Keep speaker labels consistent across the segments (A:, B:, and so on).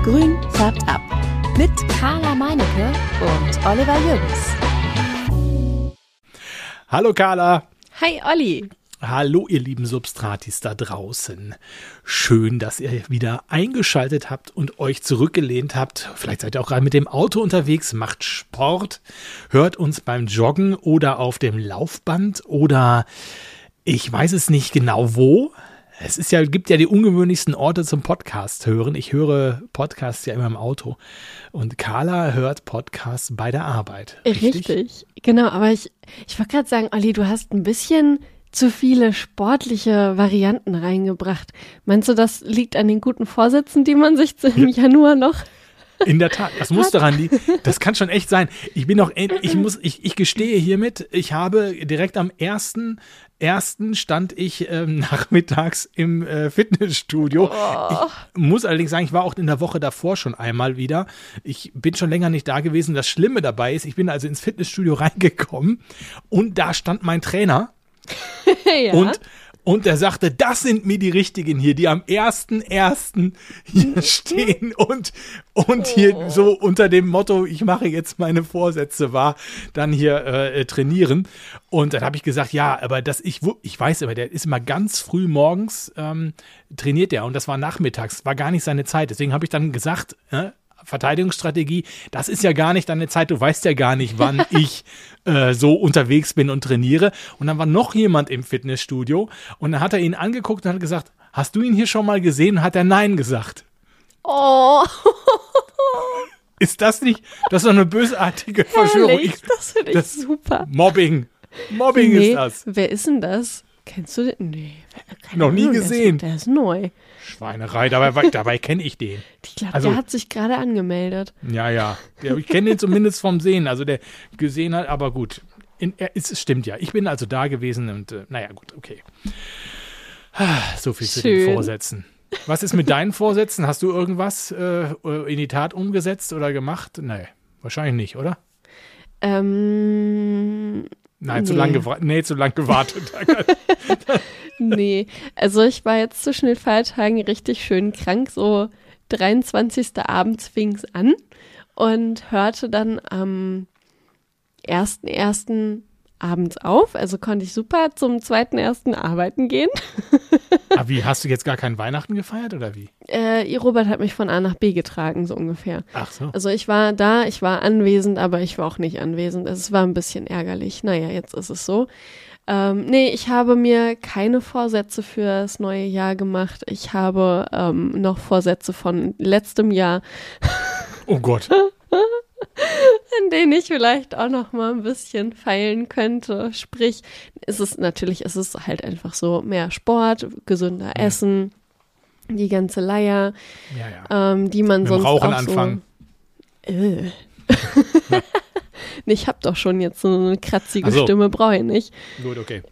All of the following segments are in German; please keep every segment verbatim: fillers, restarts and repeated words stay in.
A: Grün färbt ab. Mit Carla Meinecke und Oliver Jürgens.
B: Hallo Carla.
C: Hi Olli.
B: Hallo ihr lieben Substratis da draußen. Schön, dass ihr wieder eingeschaltet habt und euch zurückgelehnt habt. Vielleicht seid ihr auch gerade mit dem Auto unterwegs, macht Sport, hört uns beim Joggen oder auf dem Laufband oder ich weiß es nicht genau wo. Es ist ja, gibt ja die ungewöhnlichsten Orte zum Podcast hören. Ich höre Podcasts ja immer im Auto. Und Carla hört Podcasts bei der Arbeit. Richtig?
C: Richtig, genau. Aber ich, ich wollte gerade sagen, Olli, du hast ein bisschen zu viele sportliche Varianten reingebracht. Meinst du, das liegt an den guten Vorsätzen, die man sich im Januar noch...
B: In der Tat, das muss daran liegen. Das kann schon echt sein. Ich bin noch, ich muss, ich, ich gestehe hiermit, ich habe direkt am ersten ersten stand ich ähm, nachmittags im äh, Fitnessstudio.
C: Oh.
B: Ich muss allerdings sagen, ich war auch in der Woche davor schon einmal wieder. Ich bin schon länger nicht da gewesen. Das Schlimme dabei ist, ich bin also ins Fitnessstudio reingekommen und da stand mein Trainer.
C: Ja.
B: Und Und er sagte, das sind mir die Richtigen hier, die am ersten ersten hier stehen und, und hier
C: Oh.
B: so unter dem Motto, ich mache jetzt meine Vorsätze wahr, dann hier äh, trainieren. Und dann habe ich gesagt, ja, aber das ich, ich weiß aber, der ist immer ganz früh morgens, ähm, trainiert der und das war nachmittags, war gar nicht seine Zeit. Deswegen habe ich dann gesagt, äh, Verteidigungsstrategie, das ist ja gar nicht deine Zeit, du weißt ja gar nicht, wann ich äh, so unterwegs bin und trainiere. Und dann war noch jemand im Fitnessstudio und dann hat er ihn angeguckt und hat gesagt, hast du ihn hier schon mal gesehen? Und hat er Nein gesagt.
C: Oh.
B: Ist das nicht, das ist doch eine bösartige Verschwörung.
C: Herrlich,
B: Ich,
C: das finde ich
B: das-
C: super.
B: Mobbing. Mobbing
C: nee,
B: ist das.
C: Wer ist denn das? Kennst du den? Nee. keine
B: Noch nie
C: Ahnung,
B: gesehen.
C: Der ist, der ist neu.
B: Schweinerei, dabei, dabei kenne ich den.
C: Ich glaube,
B: Also-
C: der hat sich gerade angemeldet.
B: Ja, ja. Ja, ich kenne den zumindest vom Sehen. Also der gesehen hat, aber gut. In, er, es stimmt ja. Ich bin also da gewesen und äh, naja, gut, okay. Ah, So viel zu den
C: Schön.
B: Vorsätzen. Was ist mit deinen Vorsätzen? Hast du irgendwas äh, in die Tat umgesetzt oder gemacht? Nee, wahrscheinlich nicht, oder?
C: Ähm,
B: Nein, zu
C: Nee.
B: lang gewartet. Nee, zu lang gewartet.
C: nee, also ich war jetzt zwischen den Feiertagen richtig schön krank. So dreiundzwanzigsten abends fing es an und hörte dann am ersten ersten abends auf. Also konnte ich super zum zweiten ersten arbeiten gehen.
B: Aber wie, hast du jetzt gar keinen Weihnachten gefeiert oder wie?
C: Äh, ihr Robert hat mich von A nach B getragen, so ungefähr.
B: Ach so.
C: Also ich war da, ich war anwesend, aber ich war auch nicht anwesend. Es war ein bisschen ärgerlich. Naja, jetzt ist es so. Ähm, nee, ich habe mir keine Vorsätze für das neue Jahr gemacht. Ich habe ähm, noch Vorsätze von letztem Jahr,
B: Oh Gott.
C: an denen ich vielleicht auch noch mal ein bisschen feilen könnte. Sprich, ist es natürlich, ist es halt einfach so mehr Sport, gesünder Essen, die ganze Leier,
B: Ja, ja.
C: ähm, die man
B: Mit dem
C: sonst
B: Rauchen
C: auch
B: anfangen.
C: so. Äh. Nee, ich habe doch schon jetzt so eine kratzige
B: Ach so.
C: Stimme, brauche ich nicht.
B: Gut, okay.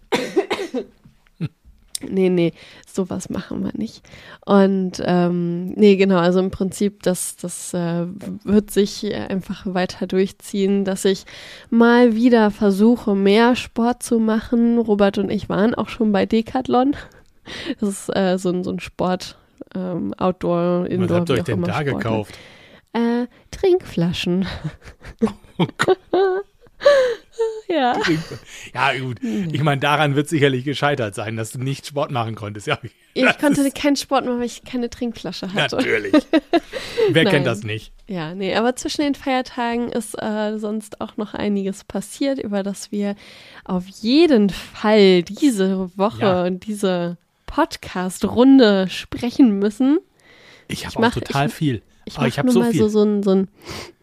C: Nee, nee, sowas machen wir nicht. Und ähm, nee, genau, also im Prinzip, das, das äh, wird sich einfach weiter durchziehen, dass ich mal wieder versuche, mehr Sport zu machen. Robert und ich waren auch schon bei Decathlon. Das ist äh, so, ein- so ein Sport, ähm, Outdoor, Indoor,
B: Was habt ihr
C: wie
B: euch
C: auch
B: denn
C: immer
B: da
C: Sport, ne?
B: gekauft?
C: Äh, Trinkflaschen.
B: Oh Gott.
C: Ja.
B: Ja, gut. Ich meine, daran wird sicherlich gescheitert sein, dass du nicht Sport machen konntest. Ja,
C: Ich
B: das
C: konnte
B: ist-
C: keinen Sport machen, weil ich keine Trinkflasche hatte.
B: Natürlich. Wer
C: Nein.
B: kennt das nicht?
C: Ja, nee, aber zwischen den Feiertagen ist äh, sonst auch noch einiges passiert, über das wir auf jeden Fall diese Woche
B: Ja.
C: und diese Podcast-Runde sprechen müssen.
B: Ich
C: Ich
B: habe auch
C: mach-
B: total
C: ich-
B: viel.
C: Ich
B: Aber
C: mache
B: ich habe
C: nur
B: so
C: mal
B: viel.
C: so, so ein, so ein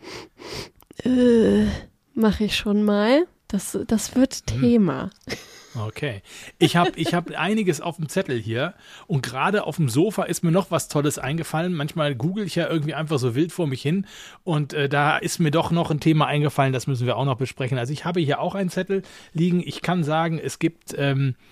C: äh, mache ich schon mal. Das, das wird
B: Hm.
C: Thema.
B: Okay. Ich habe ich hab einiges auf dem Zettel hier und gerade auf dem Sofa ist mir noch was Tolles eingefallen. Manchmal google ich ja irgendwie einfach so wild vor mich hin und äh, da ist mir doch noch ein Thema eingefallen, das müssen wir auch noch besprechen. Also ich habe hier auch einen Zettel liegen. Ich kann sagen, es gibt ähm,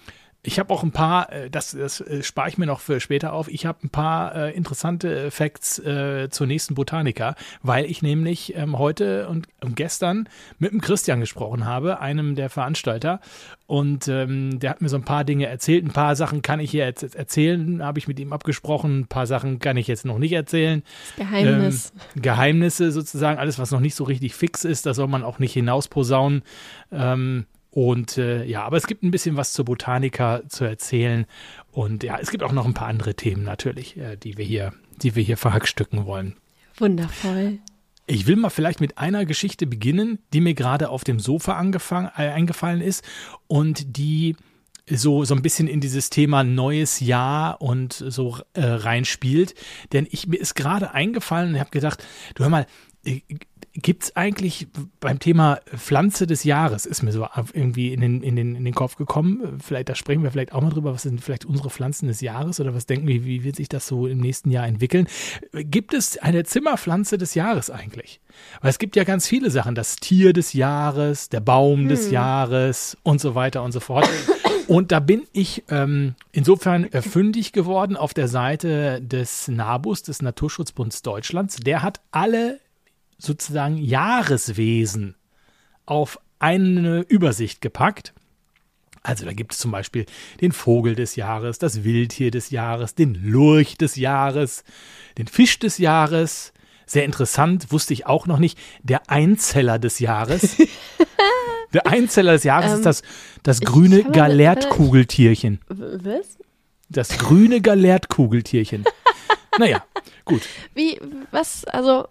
B: Ich habe auch ein paar, äh, das, das äh, spare ich mir noch für später auf, ich habe ein paar äh, interessante Facts äh, zur nächsten Botanica, weil ich nämlich ähm, heute und, und gestern mit dem Christian gesprochen habe, einem der Veranstalter, und ähm, der hat mir so ein paar Dinge erzählt. Ein paar Sachen kann ich hier jetzt erzählen, habe ich mit ihm abgesprochen, ein paar Sachen kann ich jetzt noch nicht erzählen.
C: Das Geheimnis.
B: Ähm, Geheimnisse sozusagen, alles, was noch nicht so richtig fix ist, da soll man auch nicht hinausposaunen. Ähm, Und äh, ja, aber es gibt ein bisschen was zur Botanica zu erzählen. Und ja, es gibt auch noch ein paar andere Themen natürlich, äh, die wir hier, die wir hier verhackstücken wollen.
C: Wundervoll.
B: Ich will mal vielleicht mit einer Geschichte beginnen, die mir gerade auf dem Sofa angefangen, äh, eingefallen ist und die so, so ein bisschen in dieses Thema neues Jahr und so äh, reinspielt. Denn ich, mir ist gerade eingefallen und habe gedacht, du hör mal, äh, gibt es eigentlich beim Thema Pflanze des Jahres, ist mir so irgendwie in den, in den, in den Kopf gekommen, vielleicht, da sprechen wir vielleicht auch mal drüber, was sind vielleicht unsere Pflanzen des Jahres oder was denken wir, wie wird sich das so im nächsten Jahr entwickeln? Gibt es eine Zimmerpflanze des Jahres eigentlich? Weil es gibt ja ganz viele Sachen, das Tier des Jahres, der Baum hm. des Jahres und so weiter und so fort. Und da bin ich ähm, insofern äh, fündig geworden auf der Seite des NABUS, des Naturschutzbunds Deutschlands. Der hat alle sozusagen Jahreswesen auf eine Übersicht gepackt. Also da gibt es zum Beispiel den Vogel des Jahres, das Wildtier des Jahres, den Lurch des Jahres, den Fisch des Jahres. Sehr interessant, wusste ich auch noch nicht, der Einzeller des Jahres. Der Einzeller des Jahres ähm, ist das, das grüne Galertkugeltierchen.
C: Was?
B: Das grüne Galertkugeltierchen. Naja, gut.
C: Wie, was, also...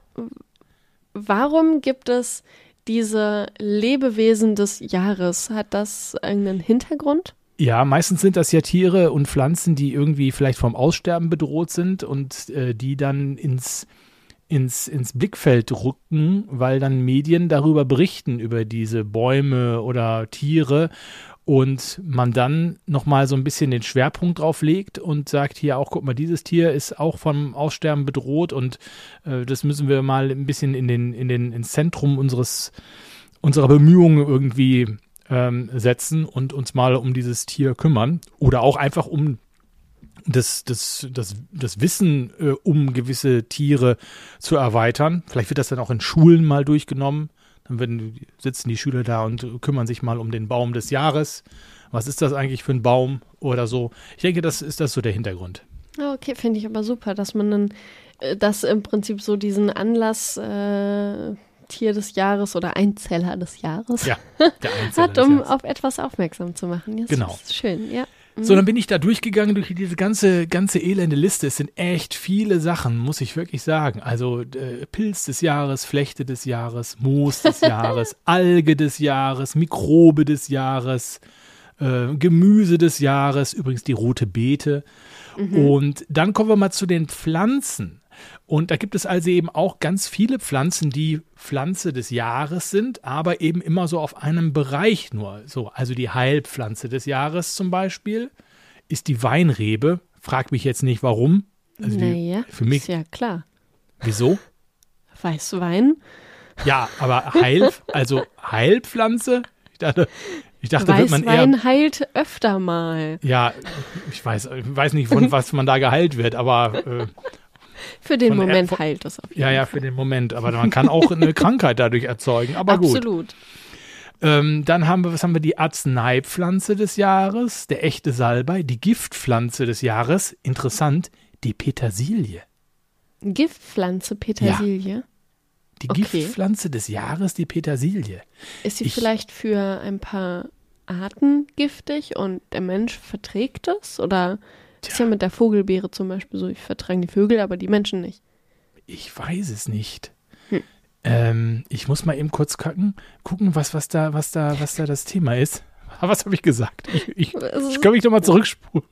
C: Warum gibt es diese Lebewesen des Jahres? Hat das einen Hintergrund?
B: Ja, meistens sind das ja Tiere und Pflanzen, die irgendwie vielleicht vom Aussterben bedroht sind und äh, die dann ins, ins, ins Blickfeld rücken, weil dann Medien darüber berichten, über diese Bäume oder Tiere. Und man dann nochmal so ein bisschen den Schwerpunkt drauf legt und sagt hier auch, guck mal, dieses Tier ist auch vom Aussterben bedroht und äh, das müssen wir mal ein bisschen in den, in den, ins Zentrum unseres, unserer Bemühungen irgendwie ähm, setzen und uns mal um dieses Tier kümmern. Oder auch einfach um das, das, das, das Wissen äh, um gewisse Tiere zu erweitern. Vielleicht wird das dann auch in Schulen mal durchgenommen. Dann werden, sitzen die Schüler da und kümmern sich mal um den Baum des Jahres. Was ist das eigentlich für ein Baum oder so? Ich denke, das ist das so der Hintergrund.
C: Okay, finde ich aber super, dass man dann äh, das im Prinzip so diesen Anlass äh, Tier des Jahres oder Einzeller des Jahres
B: ja, der Einzeller
C: hat, um
B: des Jahres.
C: auf etwas aufmerksam zu machen. Das
B: genau.
C: ist schön, ja.
B: So, dann bin ich da durchgegangen durch diese ganze, ganze elende Liste. Es sind echt viele Sachen, muss ich wirklich sagen. Also äh, Pilz des Jahres, Flechte des Jahres, Moos des Jahres, Alge des Jahres, Mikrobe des Jahres, äh, Gemüse des Jahres, übrigens die rote Beete. Mhm. Und dann kommen wir mal zu den Pflanzen. Und da gibt es also eben auch ganz viele Pflanzen, die Pflanze des Jahres sind, aber eben immer so auf einem Bereich nur. So, also die Heilpflanze des Jahres zum Beispiel ist die Weinrebe. Frag mich jetzt nicht, warum. Also
C: naja,
B: die, für mich,
C: ist ja klar.
B: Wieso?
C: Weißwein.
B: Ja, aber Heil, also Heilpflanze? Ich dachte, ich dachte wird man eher...
C: Weißwein heilt öfter mal.
B: Ja, ich weiß, ich weiß nicht, von was man da geheilt wird, aber... Äh,
C: Für den
B: Von
C: Moment
B: er-
C: heilt es auf jeden
B: Ja, ja,
C: Fall.
B: für den Moment. Aber man kann auch eine Krankheit dadurch erzeugen. Aber gut.
C: Absolut.
B: Ähm, dann haben wir, was haben wir? Die Arzneipflanze des Jahres, der echte Salbei, die Giftpflanze des Jahres. Interessant, die Petersilie.
C: Giftpflanze Petersilie.
B: Die
C: Okay.
B: Giftpflanze des Jahres, die Petersilie.
C: Ist sie
B: Ich-
C: vielleicht für ein paar Arten giftig und der Mensch verträgt es? Oder ist ja mit der Vogelbeere zum Beispiel so, ich vertrage die Vögel, aber die Menschen nicht.
B: Ich weiß es nicht.
C: Hm.
B: Ähm, ich muss mal eben kurz gucken, gucken was, was, da, was, da, was da das Thema ist. Was habe ich gesagt? Ich, ich, ich kann mich doch mal zurückspulen.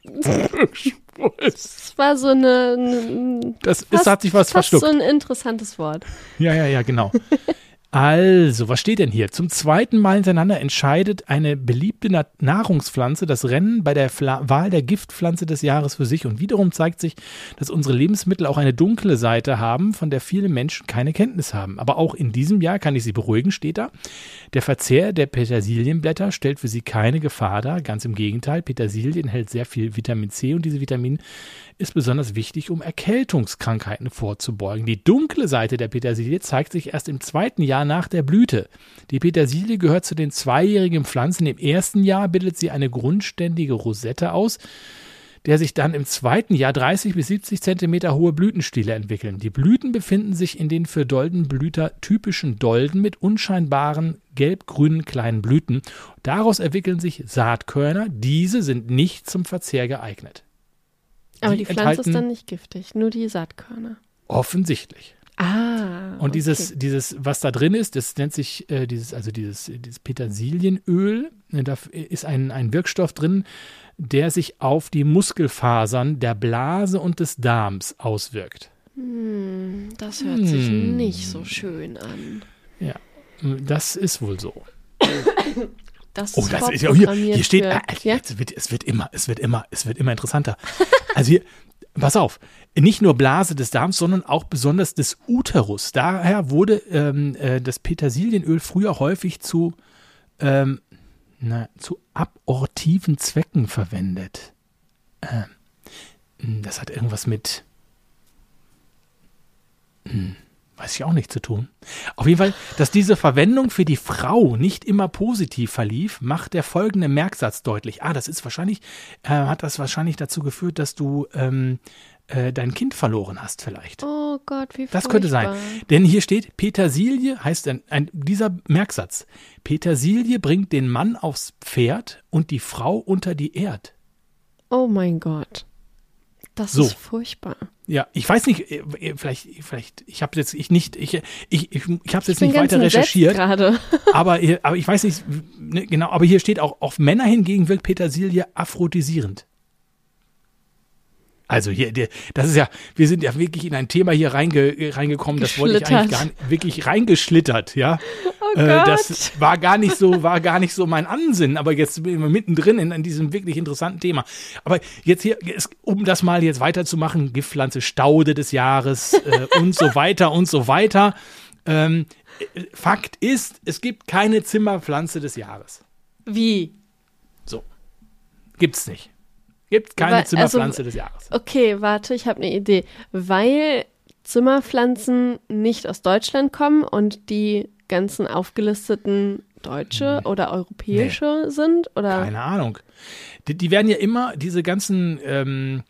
C: Das war so eine...
B: Das
C: fast,
B: ist, hat sich was
C: fast
B: verschluckt.
C: so ein interessantes Wort.
B: Ja, ja, ja, genau. Also, was steht denn hier? Zum zweiten Mal hintereinander entscheidet eine beliebte Na- Nahrungspflanze das Rennen bei der Fla- Wahl der Giftpflanze des Jahres für sich. Und wiederum zeigt sich, dass unsere Lebensmittel auch eine dunkle Seite haben, von der viele Menschen keine Kenntnis haben. Aber auch in diesem Jahr kann ich Sie beruhigen, steht da. Der Verzehr der Petersilienblätter stellt für Sie keine Gefahr dar. Ganz im Gegenteil, Petersilie enthält sehr viel Vitamin C und diese Vitamin ist besonders wichtig, um Erkältungskrankheiten vorzubeugen. Die dunkle Seite der Petersilie zeigt sich erst im zweiten Jahr nach der Blüte. Die Petersilie gehört zu den zweijährigen Pflanzen. Im ersten Jahr bildet sie eine grundständige Rosette aus, der sich dann im zweiten Jahr dreißig bis siebzig Zentimeter hohe Blütenstiele entwickeln. Die Blüten befinden sich in den für Doldenblüter typischen Dolden mit unscheinbaren gelb-grünen kleinen Blüten. Daraus entwickeln sich Saatkörner. Diese sind nicht zum Verzehr geeignet.
C: Aber die, die Pflanze ist dann nicht giftig, nur die Saatkörner.
B: Offensichtlich.
C: Ah.
B: Und
C: okay.
B: dieses, dieses, was da drin ist, das nennt sich äh, dieses, also dieses, dieses Petersilienöl. Da ist ein, ein Wirkstoff drin, der sich auf die Muskelfasern der Blase und des Darms auswirkt.
C: Hm, das hört hm. sich nicht so schön an.
B: Ja, das ist wohl so.
C: Das
B: oh,
C: ist
B: das ist ja hier, hier steht,
C: für,
B: äh,
C: ja?
B: es, wird, es wird immer, es wird immer, es wird immer interessanter. Also hier, pass auf, nicht nur Blase des Darms, sondern auch besonders des Uterus. Daher wurde ähm, äh, das Petersilienöl früher häufig zu, ähm, na, zu abortiven Zwecken verwendet. Ähm, das hat irgendwas mit, hm, weiß ich auch nicht zu tun. Auf jeden Fall, dass diese Verwendung für die Frau nicht immer positiv verlief, macht der folgende Merksatz deutlich. Ah, das ist wahrscheinlich, äh, hat das wahrscheinlich dazu geführt, dass du ähm, äh, dein Kind verloren hast vielleicht.
C: Oh Gott, wie furchtbar.
B: Das könnte sein. Denn hier steht, Petersilie heißt ein, ein, dieser Merksatz. Petersilie bringt den Mann aufs Pferd und die Frau unter die Erd.
C: Oh mein Gott. Das
B: so.
C: ist furchtbar.
B: Ja, ich weiß nicht, vielleicht, vielleicht, ich habe jetzt ich nicht, ich, ich, ich, ich habe jetzt nicht weiter recherchiert,
C: gerade.
B: aber, aber ich weiß nicht, ne, genau, aber hier steht auch, auf Männer hingegen wirkt Petersilie aphrodisierend. Also hier, das ist ja, wir sind ja wirklich in ein Thema hier reinge, reingekommen, das wollte ich eigentlich gar nicht, wirklich reingeschlittert, ja.
C: Oh
B: äh,
C: Gott.
B: Das war gar nicht so, war gar nicht so mein Ansinnen, aber jetzt bin ich mittendrin in, in diesem wirklich interessanten Thema. Aber jetzt hier, um das mal jetzt weiterzumachen, Giftpflanze Staude des Jahres äh, und so weiter und so weiter. Ähm, Fakt ist, es gibt keine Zimmerpflanze des Jahres.
C: Wie?
B: So. Gibt's nicht. Gibt keine Weil, Zimmerpflanze also, des Jahres.
C: Okay, warte, ich habe eine Idee. Weil Zimmerpflanzen nicht aus Deutschland kommen und die ganzen aufgelisteten deutsche nee. oder europäische nee. sind? Oder?
B: Keine Ahnung. Die, die werden ja immer, diese ganzen ähm,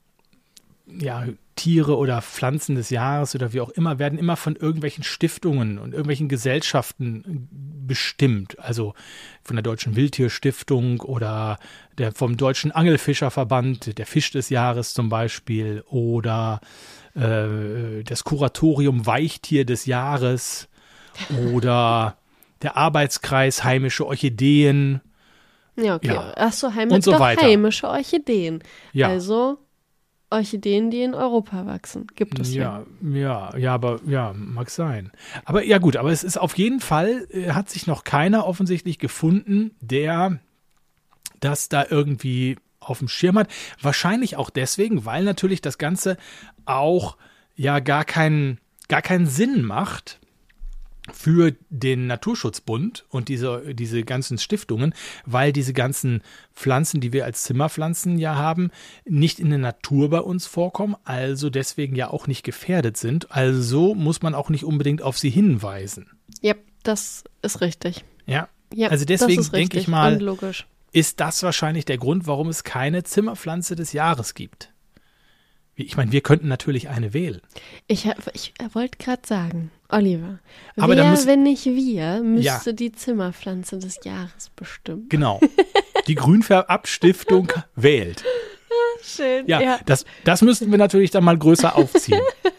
B: ja, Tiere oder Pflanzen des Jahres oder wie auch immer, werden immer von irgendwelchen Stiftungen und irgendwelchen Gesellschaften bestimmt. Also von der Deutschen Wildtierstiftung oder der, vom Deutschen Angelfischerverband, der Fisch des Jahres zum Beispiel, oder äh, das Kuratorium Weichtier des Jahres oder der Arbeitskreis heimische Orchideen.
C: Ja, okay.
B: Ja.
C: Ach so, heimisch,
B: und so
C: doch
B: weiter.
C: heimische Orchideen.
B: Ja.
C: Also Orchideen, die in Europa wachsen. Gibt es ja.
B: Ja, ja, ja, aber ja, mag sein. Aber ja gut, aber es ist auf jeden Fall, äh, hat sich noch keiner offensichtlich gefunden, der das da irgendwie auf dem Schirm hat. Wahrscheinlich auch deswegen, weil natürlich das Ganze auch ja gar keinen, gar keinen Sinn macht für den Naturschutzbund und diese, diese ganzen Stiftungen, weil diese ganzen Pflanzen, die wir als Zimmerpflanzen ja haben, nicht in der Natur bei uns vorkommen, also deswegen ja auch nicht gefährdet sind. Also muss man auch nicht unbedingt auf sie hinweisen.
C: Ja, das ist richtig.
B: Ja,
C: ja
B: also deswegen denke ich mal,
C: unlogisch.
B: Ist das wahrscheinlich der Grund, warum es keine Zimmerpflanze des Jahres gibt. Ich meine, wir könnten natürlich eine wählen. Ich,
C: ich wollte gerade sagen, Oliver,
B: aber
C: wer,
B: muss,
C: wenn nicht wir, müsste
B: ja.
C: die Zimmerpflanze des Jahres bestimmen.
B: Genau. Die Grünfärbabstiftung wählt.
C: Schön.
B: Ja,
C: ja.
B: Das, das müssten wir natürlich dann mal größer aufziehen.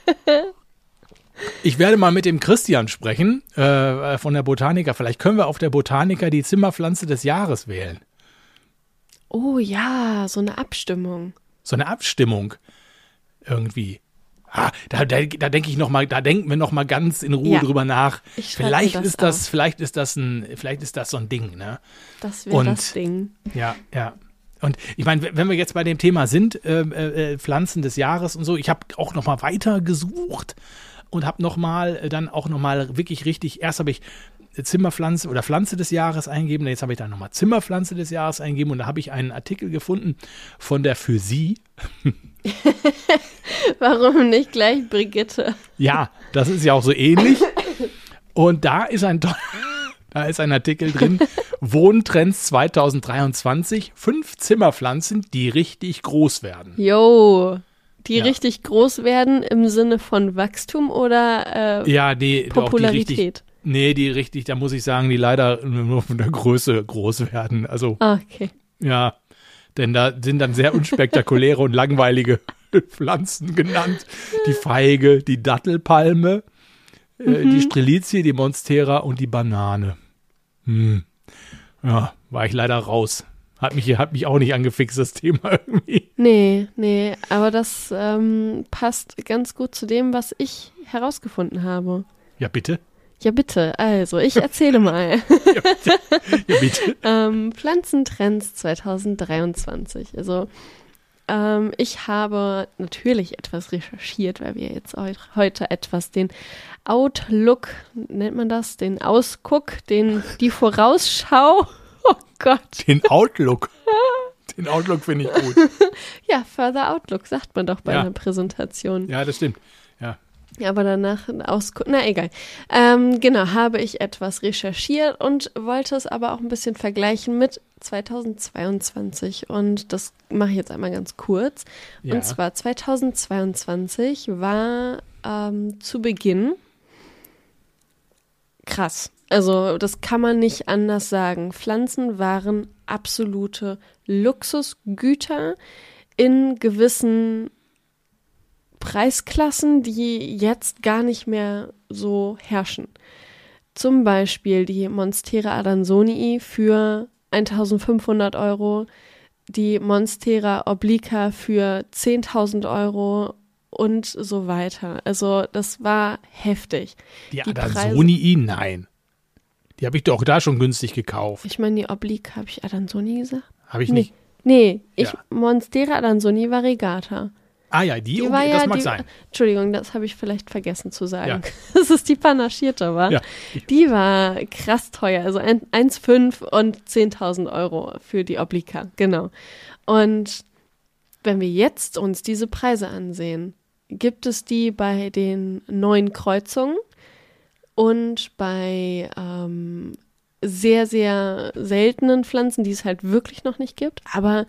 B: Ich werde mal mit dem Christian sprechen, äh, von der Botaniker. Vielleicht können wir auf der Botaniker die Zimmerpflanze des Jahres wählen.
C: Oh ja, so eine Abstimmung.
B: So eine Abstimmung. Irgendwie. Ah, da da, da denke ich noch mal, da denken wir noch mal ganz in Ruhe
C: Ja.
B: drüber nach.
C: Ich schreib mir
B: Vielleicht
C: das
B: ist das,
C: auf.
B: vielleicht ist das ein, vielleicht ist das so ein Ding, ne?
C: Das wäre
B: Und-
C: das Ding.
B: Ja, ja. Und ich meine, wenn wir jetzt bei dem Thema sind, äh, äh, Pflanzen des Jahres und so, ich habe auch noch mal weiter gesucht und habe noch mal äh, dann auch noch mal wirklich richtig, erst habe ich Zimmerpflanze oder Pflanze des Jahres eingegeben, jetzt habe ich dann noch mal Zimmerpflanze des Jahres eingegeben und da habe ich einen Artikel gefunden von der Für Sie.
C: Warum nicht gleich Brigitte?
B: Ja, das ist ja auch so ähnlich. Und da ist ein, to- da ist ein Artikel drin, Wohntrends zwanzig dreiundzwanzig, fünf Zimmerpflanzen, die richtig groß werden.
C: Jo, die
B: Ja.
C: richtig groß werden im Sinne von Wachstum oder äh,
B: Ja, die, auch die richtig,
C: Popularität?
B: nee, die richtig, da muss ich sagen, die leider nur von der Größe groß werden. Also,
C: Ah, okay.
B: ja, denn da sind dann sehr unspektakuläre und langweilige Pflanzen genannt. Die Feige, die Dattelpalme, äh, die Strelizie, die Monstera und die Banane. Hm. Ja, war ich leider raus. Hat mich, hat mich auch nicht angefixt, das Thema irgendwie.
C: Nee, nee, aber das ähm, passt ganz gut zu dem, was ich herausgefunden habe.
B: Ja, bitte.
C: Ja, bitte, also, ich erzähle mal.
B: Ja, bitte. Ja, bitte.
C: ähm, Pflanzentrends zwanzig dreiundzwanzig. Also, ähm, ich habe natürlich etwas recherchiert, weil wir jetzt heu- heute etwas den Outlook, nennt man das, den Ausguck, den, die Vorausschau. Oh Gott.
B: Den Outlook. Den Outlook finde ich gut.
C: Ja, Further Outlook sagt man doch bei
B: Ja.
C: einer Präsentation.
B: Ja, das stimmt. Ja.
C: Ja, aber danach ein Ausguck, na egal. Ähm, genau, habe ich etwas recherchiert und wollte es aber auch ein bisschen vergleichen mit zweitausendzweiundzwanzig. Und das mache ich jetzt einmal ganz kurz.
B: Ja.
C: Und zwar zweitausendzweiundzwanzig war ähm, zu Beginn krass. Also das kann man nicht anders sagen. Pflanzen waren absolute Luxusgüter in gewissen Preisklassen, die jetzt gar nicht mehr so herrschen. Zum Beispiel die Monstera adansonii für eintausendfünfhundert Euro, die Monstera obliqua für zehntausend Euro und so weiter. Also das war heftig.
B: Die
C: Die Preise-
B: Adansonii, nein. Die habe ich doch da schon günstig gekauft.
C: Ich meine, die obliqua, habe ich adansonii gesagt?
B: Habe ich
C: Nee.
B: nicht.
C: Nee, ich,
B: Ja.
C: Monstera adansonii variegata.
B: Ah ja, die,
C: Die
B: okay,
C: war
B: das
C: ja
B: mag
C: die,
B: sein.
C: Entschuldigung, das habe ich vielleicht vergessen zu sagen.
B: Ja.
C: Das ist die panaschierte, war.
B: Ja.
C: Die war krass teuer, also ein- eins Komma fünf und zehntausend Euro für die Obliqua, genau. Und wenn wir jetzt uns diese Preise ansehen, gibt es die bei den neuen Kreuzungen und bei ähm, sehr, sehr seltenen Pflanzen, die es halt wirklich noch nicht gibt, aber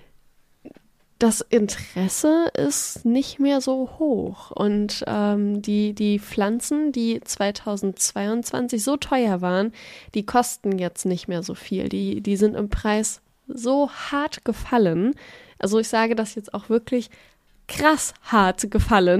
C: das Interesse ist nicht mehr so hoch und ähm, die, die Pflanzen, die zweitausendzweiundzwanzig so teuer waren, die kosten jetzt nicht mehr so viel. Die, die sind im Preis so hart gefallen. Also ich sage das jetzt auch wirklich krass hart gefallen.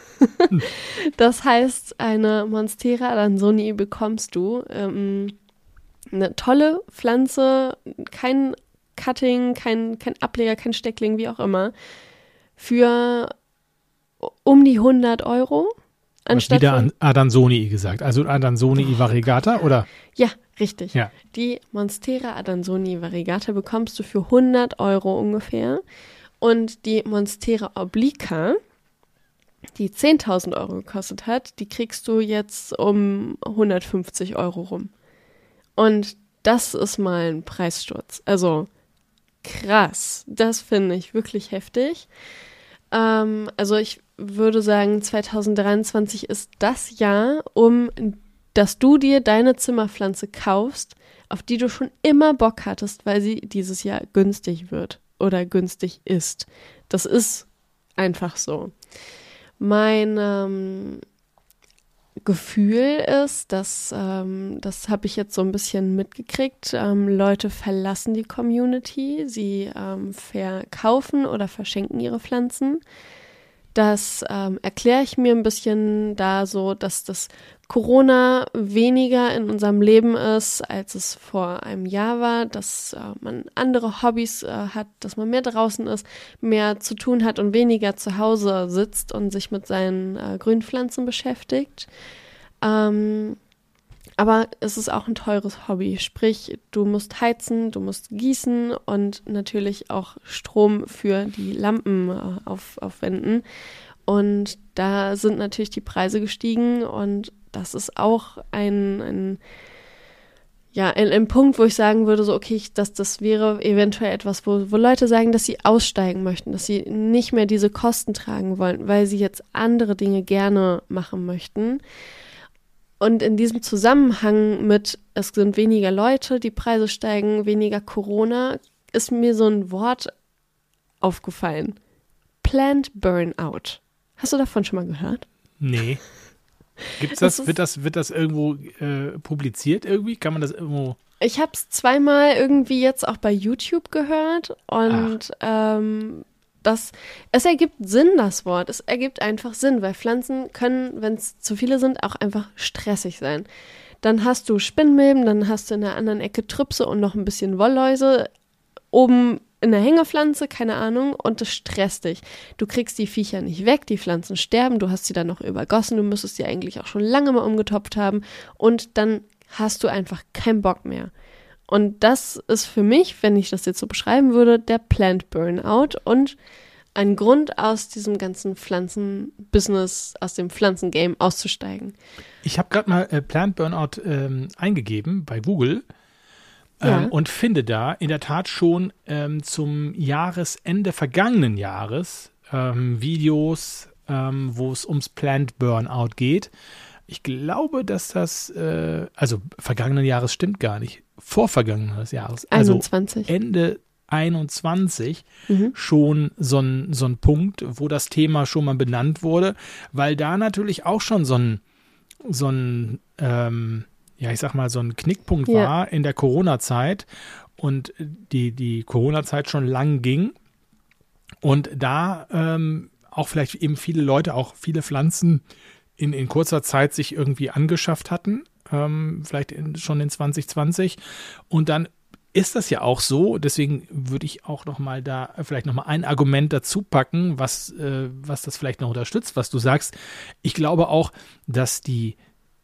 C: Das heißt, eine Monstera adansonii bekommst du. Ähm, eine tolle Pflanze, kein Cutting, kein, kein Ableger, kein Steckling, wie auch immer, für um die hundert Euro.
B: Du hast
C: Anstatt
B: wieder
C: von,
B: an Adansonii gesagt. Also Adansonii variegata, oder?
C: ja, richtig.
B: Ja.
C: Die Monstera adansonii variegata bekommst du für hundert Euro ungefähr. Und die Monstera obliqua, die zehntausend Euro gekostet hat, die kriegst du jetzt um hundertfünfzig Euro rum. Und das ist mal ein Preissturz. Also krass. Das finde ich wirklich heftig. Ähm, also ich würde sagen, zweitausenddreiundzwanzig ist das Jahr, um, dass du dir deine Zimmerpflanze kaufst, auf die du schon immer Bock hattest, weil sie dieses Jahr günstig wird oder günstig ist. Das ist einfach so. Mein ähm, Gefühl ist, dass, ähm, das habe ich jetzt so ein bisschen mitgekriegt, ähm, Leute verlassen die Community, sie ähm, verkaufen oder verschenken ihre Pflanzen. Das ähm, erkläre ich mir ein bisschen da so, dass das Corona weniger in unserem Leben ist, als es vor einem Jahr war, dass äh, man andere Hobbys äh, hat, dass man mehr draußen ist, mehr zu tun hat und weniger zu Hause sitzt und sich mit seinen äh, Grünpflanzen beschäftigt. Ähm, aber es ist auch ein teures Hobby, sprich, du musst heizen, du musst gießen und natürlich auch Strom für die Lampen äh, auf, aufwenden. Und da sind natürlich die Preise gestiegen und das ist auch ein, ein ja, ein, ein Punkt, wo ich sagen würde, so okay, ich, dass das wäre eventuell etwas, wo, wo Leute sagen, dass sie aussteigen möchten, dass sie nicht mehr diese Kosten tragen wollen, weil sie jetzt andere Dinge gerne machen möchten. Und in diesem Zusammenhang mit, es sind weniger Leute, die Preise steigen, weniger Corona, ist mir so ein Wort aufgefallen. Plant Burnout. Hast du davon schon mal gehört?
B: Nee. Gibt's das, das wird das, wird das irgendwo äh, publiziert irgendwie? Kann man das irgendwo?
C: Ich habe es zweimal irgendwie jetzt auch bei YouTube gehört und ähm, das, es ergibt Sinn, das Wort. Es ergibt einfach Sinn, weil Pflanzen können, wenn es zu viele sind, auch einfach stressig sein. Dann hast du Spinnmilben, dann hast du in der anderen Ecke Trüpse und noch ein bisschen Wollläuse. Oben in der Hängepflanze, keine Ahnung, und das stresst dich. Du kriegst die Viecher nicht weg, die Pflanzen sterben, du hast sie dann noch übergossen, du müsstest sie eigentlich auch schon lange mal umgetopft haben und dann hast du einfach keinen Bock mehr. Und das ist für mich, wenn ich das jetzt so beschreiben würde, der Plant Burnout und ein Grund, aus diesem ganzen Pflanzenbusiness, aus dem Pflanzengame auszusteigen.
B: Ich habe gerade mal äh, Plant Burnout ähm, eingegeben bei Google. Ja. Ähm, und finde da in der Tat schon ähm, zum Jahresende vergangenen Jahres ähm, Videos, ähm, wo es ums Plant Burnout geht. Ich glaube, dass das, äh, also vergangenen Jahres stimmt gar nicht, vorvergangenen Jahres, also
C: einundzwanzig.
B: Ende einundzwanzig
C: mhm.
B: schon so ein, so ein Punkt, wo das Thema schon mal benannt wurde, weil da natürlich auch schon so ein, so ein ähm, ja, ich sag mal, so ein Knickpunkt
C: ja.
B: war in der Corona-Zeit und die, die Corona-Zeit schon lang ging und da ähm, auch vielleicht eben viele Leute, auch viele Pflanzen in, in kurzer Zeit sich irgendwie angeschafft hatten, ähm, vielleicht in, schon in zwanzig zwanzig und dann ist das ja auch so, deswegen würde ich auch noch mal da vielleicht noch mal ein Argument dazu packen, was, äh, was das vielleicht noch unterstützt, was du sagst. Ich glaube auch, dass die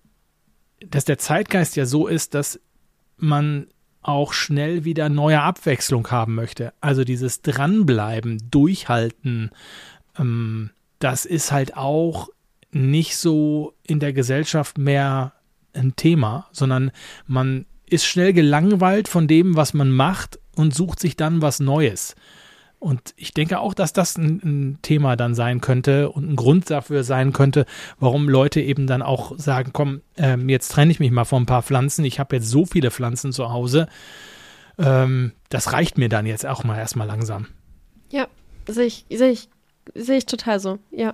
B: dass der Zeitgeist ja so ist, dass man auch schnell wieder neue Abwechslung haben möchte. Also dieses Dranbleiben, Durchhalten, ähm, das ist halt auch nicht so in der Gesellschaft mehr ein Thema, sondern man ist schnell gelangweilt von dem, was man macht und sucht sich dann was Neues. Und ich denke auch, dass das ein, ein Thema dann sein könnte und ein Grund dafür sein könnte, warum Leute eben dann auch sagen, komm, ähm, jetzt trenne ich mich mal von ein paar Pflanzen. Ich habe jetzt so viele Pflanzen zu Hause. Ähm, das reicht mir dann jetzt auch mal erstmal langsam.
C: Ja, sehe ich, sehe ich, sehe ich total so, ja.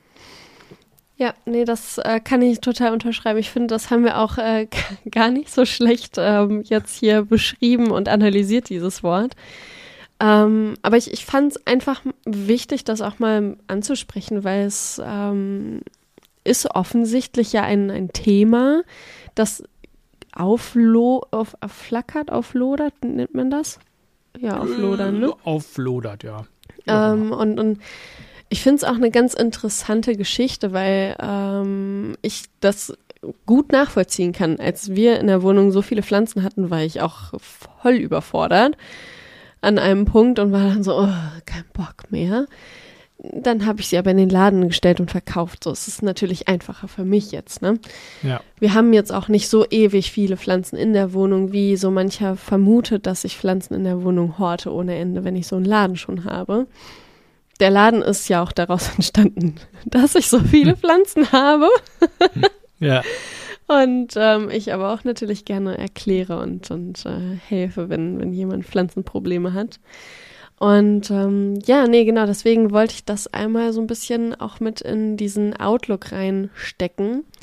C: Ja, nee, das äh, kann ich total unterschreiben. Ich finde, das haben wir auch äh, gar nicht so schlecht ähm, jetzt hier beschrieben und analysiert, dieses Wort. Ähm, aber ich, ich fand es einfach wichtig, das auch mal anzusprechen, weil es ähm, ist offensichtlich ja ein, ein Thema, das auflo- auf, aufflackert, auflodert, nennt man das? Ja, auflodern, ne?
B: Auflodert, ja.
C: Ähm, und, und ich finde es auch eine ganz interessante Geschichte, weil ähm, ich das gut nachvollziehen kann. Als wir in der Wohnung so viele Pflanzen hatten, war ich auch voll überfordert an einem Punkt und war dann so, oh, kein Bock mehr. Dann habe ich sie aber in den Laden gestellt und verkauft. So, es ist natürlich einfacher für mich jetzt, ne?
B: Ja.
C: Wir haben jetzt auch nicht so ewig viele Pflanzen in der Wohnung, wie so mancher vermutet, dass ich Pflanzen in der Wohnung horte ohne Ende, wenn ich so einen Laden schon habe. Der Laden ist ja auch daraus entstanden, dass ich so viele Pflanzen habe.
B: Ja.
C: Und ähm, ich aber auch natürlich gerne erkläre und, und äh, helfe, wenn, wenn jemand Pflanzenprobleme hat. Und ähm, ja, nee, genau, deswegen wollte ich das einmal so ein bisschen auch mit in diesen Outlook reinstecken,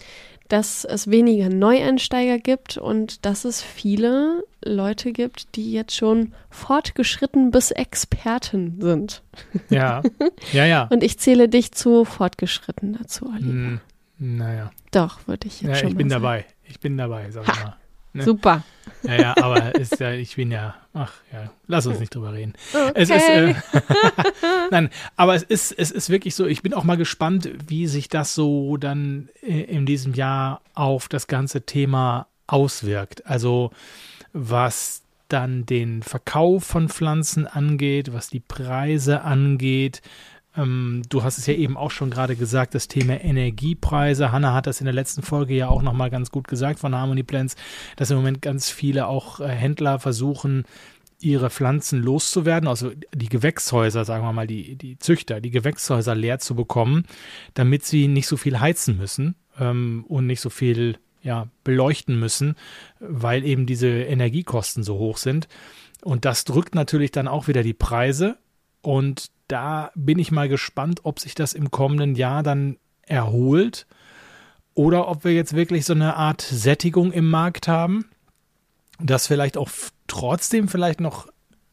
C: dass es weniger Neueinsteiger gibt und dass es viele Leute gibt, die jetzt schon fortgeschritten bis Experten sind.
B: Ja, ja, ja.
C: Und ich zähle dich zu fortgeschritten dazu, Oliver.
B: Hm, naja.
C: Doch, würde ich jetzt
B: Ja,
C: schon
B: ich
C: mal
B: bin
C: sagen.
B: dabei. Ich bin dabei, sag ich mal. Ne?
C: Super.
B: Ja, ja, aber ist ja, ich bin ja, ach ja, lass uns nicht drüber reden.
C: Okay.
B: Es ist, äh, nein, aber es ist, es ist wirklich so, ich bin auch mal gespannt, wie sich das so dann in diesem Jahr auf das ganze Thema auswirkt. Also was dann den Verkauf von Pflanzen angeht, was die Preise angeht. Ähm, du hast es ja eben auch schon gerade gesagt, das Thema Energiepreise. Hanna hat das in der letzten Folge ja auch nochmal ganz gut gesagt von Harmony Plants, dass im Moment ganz viele auch äh, Händler versuchen, ihre Pflanzen loszuwerden, also die Gewächshäuser, sagen wir mal, die, die Züchter, die Gewächshäuser leer zu bekommen, damit sie nicht so viel heizen müssen ähm, und nicht so viel ja, beleuchten müssen, weil eben diese Energiekosten so hoch sind. Und das drückt natürlich dann auch wieder die Preise. Und da bin ich mal gespannt, ob sich das im kommenden Jahr dann erholt oder ob wir jetzt wirklich so eine Art Sättigung im Markt haben, dass vielleicht auch f- trotzdem vielleicht noch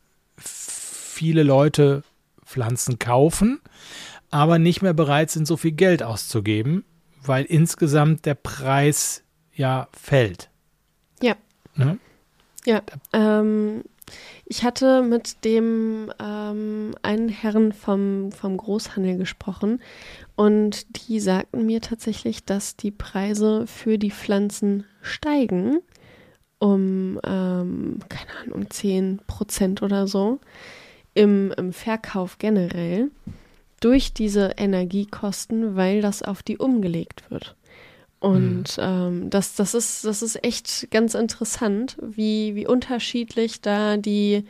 B: viele Leute Pflanzen kaufen, aber nicht mehr bereit sind, so viel Geld auszugeben, weil insgesamt der Preis ja fällt.
C: Ja.
B: Ne?
C: Ja, ähm, ich hatte mit dem ähm, einen Herrn vom, vom Großhandel gesprochen und die sagten mir tatsächlich, dass die Preise für die Pflanzen steigen um, ähm, keine Ahnung, zehn Prozent oder so im, im Verkauf generell durch diese Energiekosten, weil das auf die umgelegt wird. Und mhm. ähm, das, das, ist, das ist echt ganz interessant, wie, wie unterschiedlich da die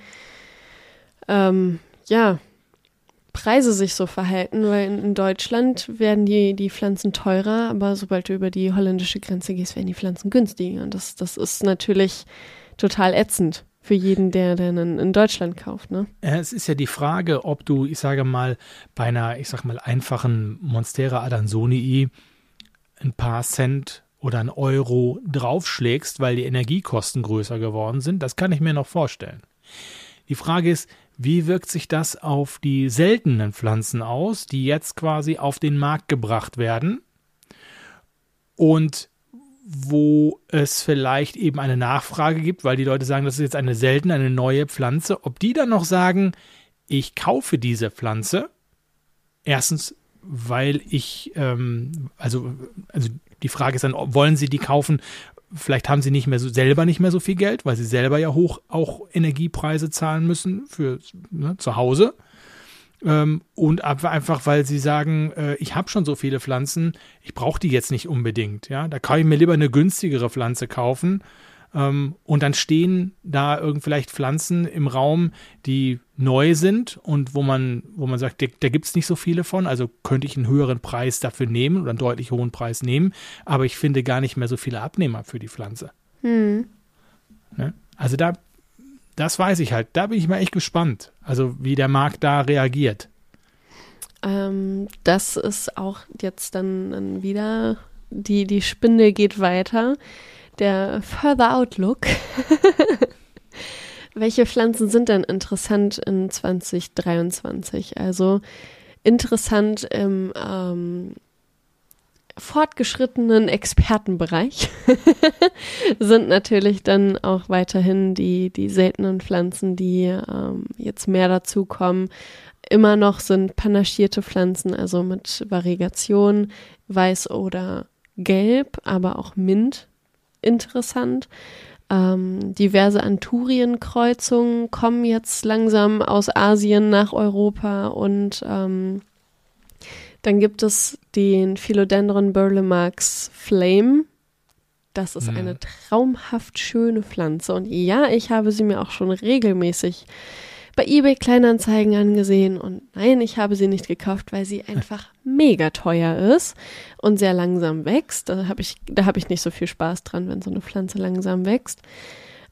C: ähm, ja, Preise sich so verhalten, weil in, in Deutschland werden die, die Pflanzen teurer, aber sobald du über die holländische Grenze gehst, werden die Pflanzen günstiger. Und das, das ist natürlich total ätzend für jeden, der dann in Deutschland kauft, ne?
B: Es ist ja die Frage, ob du, ich sage mal, bei einer, ich sag mal, einfachen Monstera adansonii ein paar Cent oder ein Euro draufschlägst, weil die Energiekosten größer geworden sind. Das kann ich mir noch vorstellen. Die Frage ist, wie wirkt sich das auf die seltenen Pflanzen aus, die jetzt quasi auf den Markt gebracht werden und wo es vielleicht eben eine Nachfrage gibt, weil die Leute sagen, das ist jetzt eine seltene, eine neue Pflanze, ob die dann noch sagen, ich kaufe diese Pflanze, erstens, weil ich, ähm, also, also die Frage ist dann, wollen sie die kaufen, vielleicht haben sie nicht mehr so, selber nicht mehr so viel Geld, weil sie selber ja hoch auch Energiepreise zahlen müssen für ne, zu Hause. Ähm, und einfach, weil sie sagen, äh, ich habe schon so viele Pflanzen, ich brauche die jetzt nicht unbedingt. Ja, da kann ich mir lieber eine günstigere Pflanze kaufen. Ähm, und dann stehen da irgend vielleicht Pflanzen im Raum, die neu sind und wo man, wo man sagt, da, da gibt es nicht so viele von, also könnte ich einen höheren Preis dafür nehmen oder einen deutlich hohen Preis nehmen, aber ich finde gar nicht mehr so viele Abnehmer für die Pflanze.
C: Hm.
B: Ne? Also da, das weiß ich halt, da bin ich mal echt gespannt, also wie der Markt da reagiert.
C: Ähm, das ist auch jetzt dann, dann wieder, die, die Spinne geht weiter. Der Further Outlook. Welche Pflanzen sind denn interessant in zwanzig dreiundzwanzig? Also interessant im ähm, fortgeschrittenen Expertenbereich sind natürlich dann auch weiterhin die, die seltenen Pflanzen, die ähm, jetzt mehr dazukommen. Immer noch sind panaschierte Pflanzen, also mit Variegation, weiß oder gelb, aber auch Mint. Interessant. Ähm, diverse Anturienkreuzungen kommen jetzt langsam aus Asien nach Europa und ähm, dann gibt es den Philodendron Burlemax Flame. Das ist mhm. eine traumhaft schöne Pflanze und ja, ich habe sie mir auch schon regelmäßig bei eBay Kleinanzeigen angesehen und nein, ich habe sie nicht gekauft, weil sie einfach mega teuer ist und sehr langsam wächst. Da habe ich, da habe ich nicht so viel Spaß dran, wenn so eine Pflanze langsam wächst.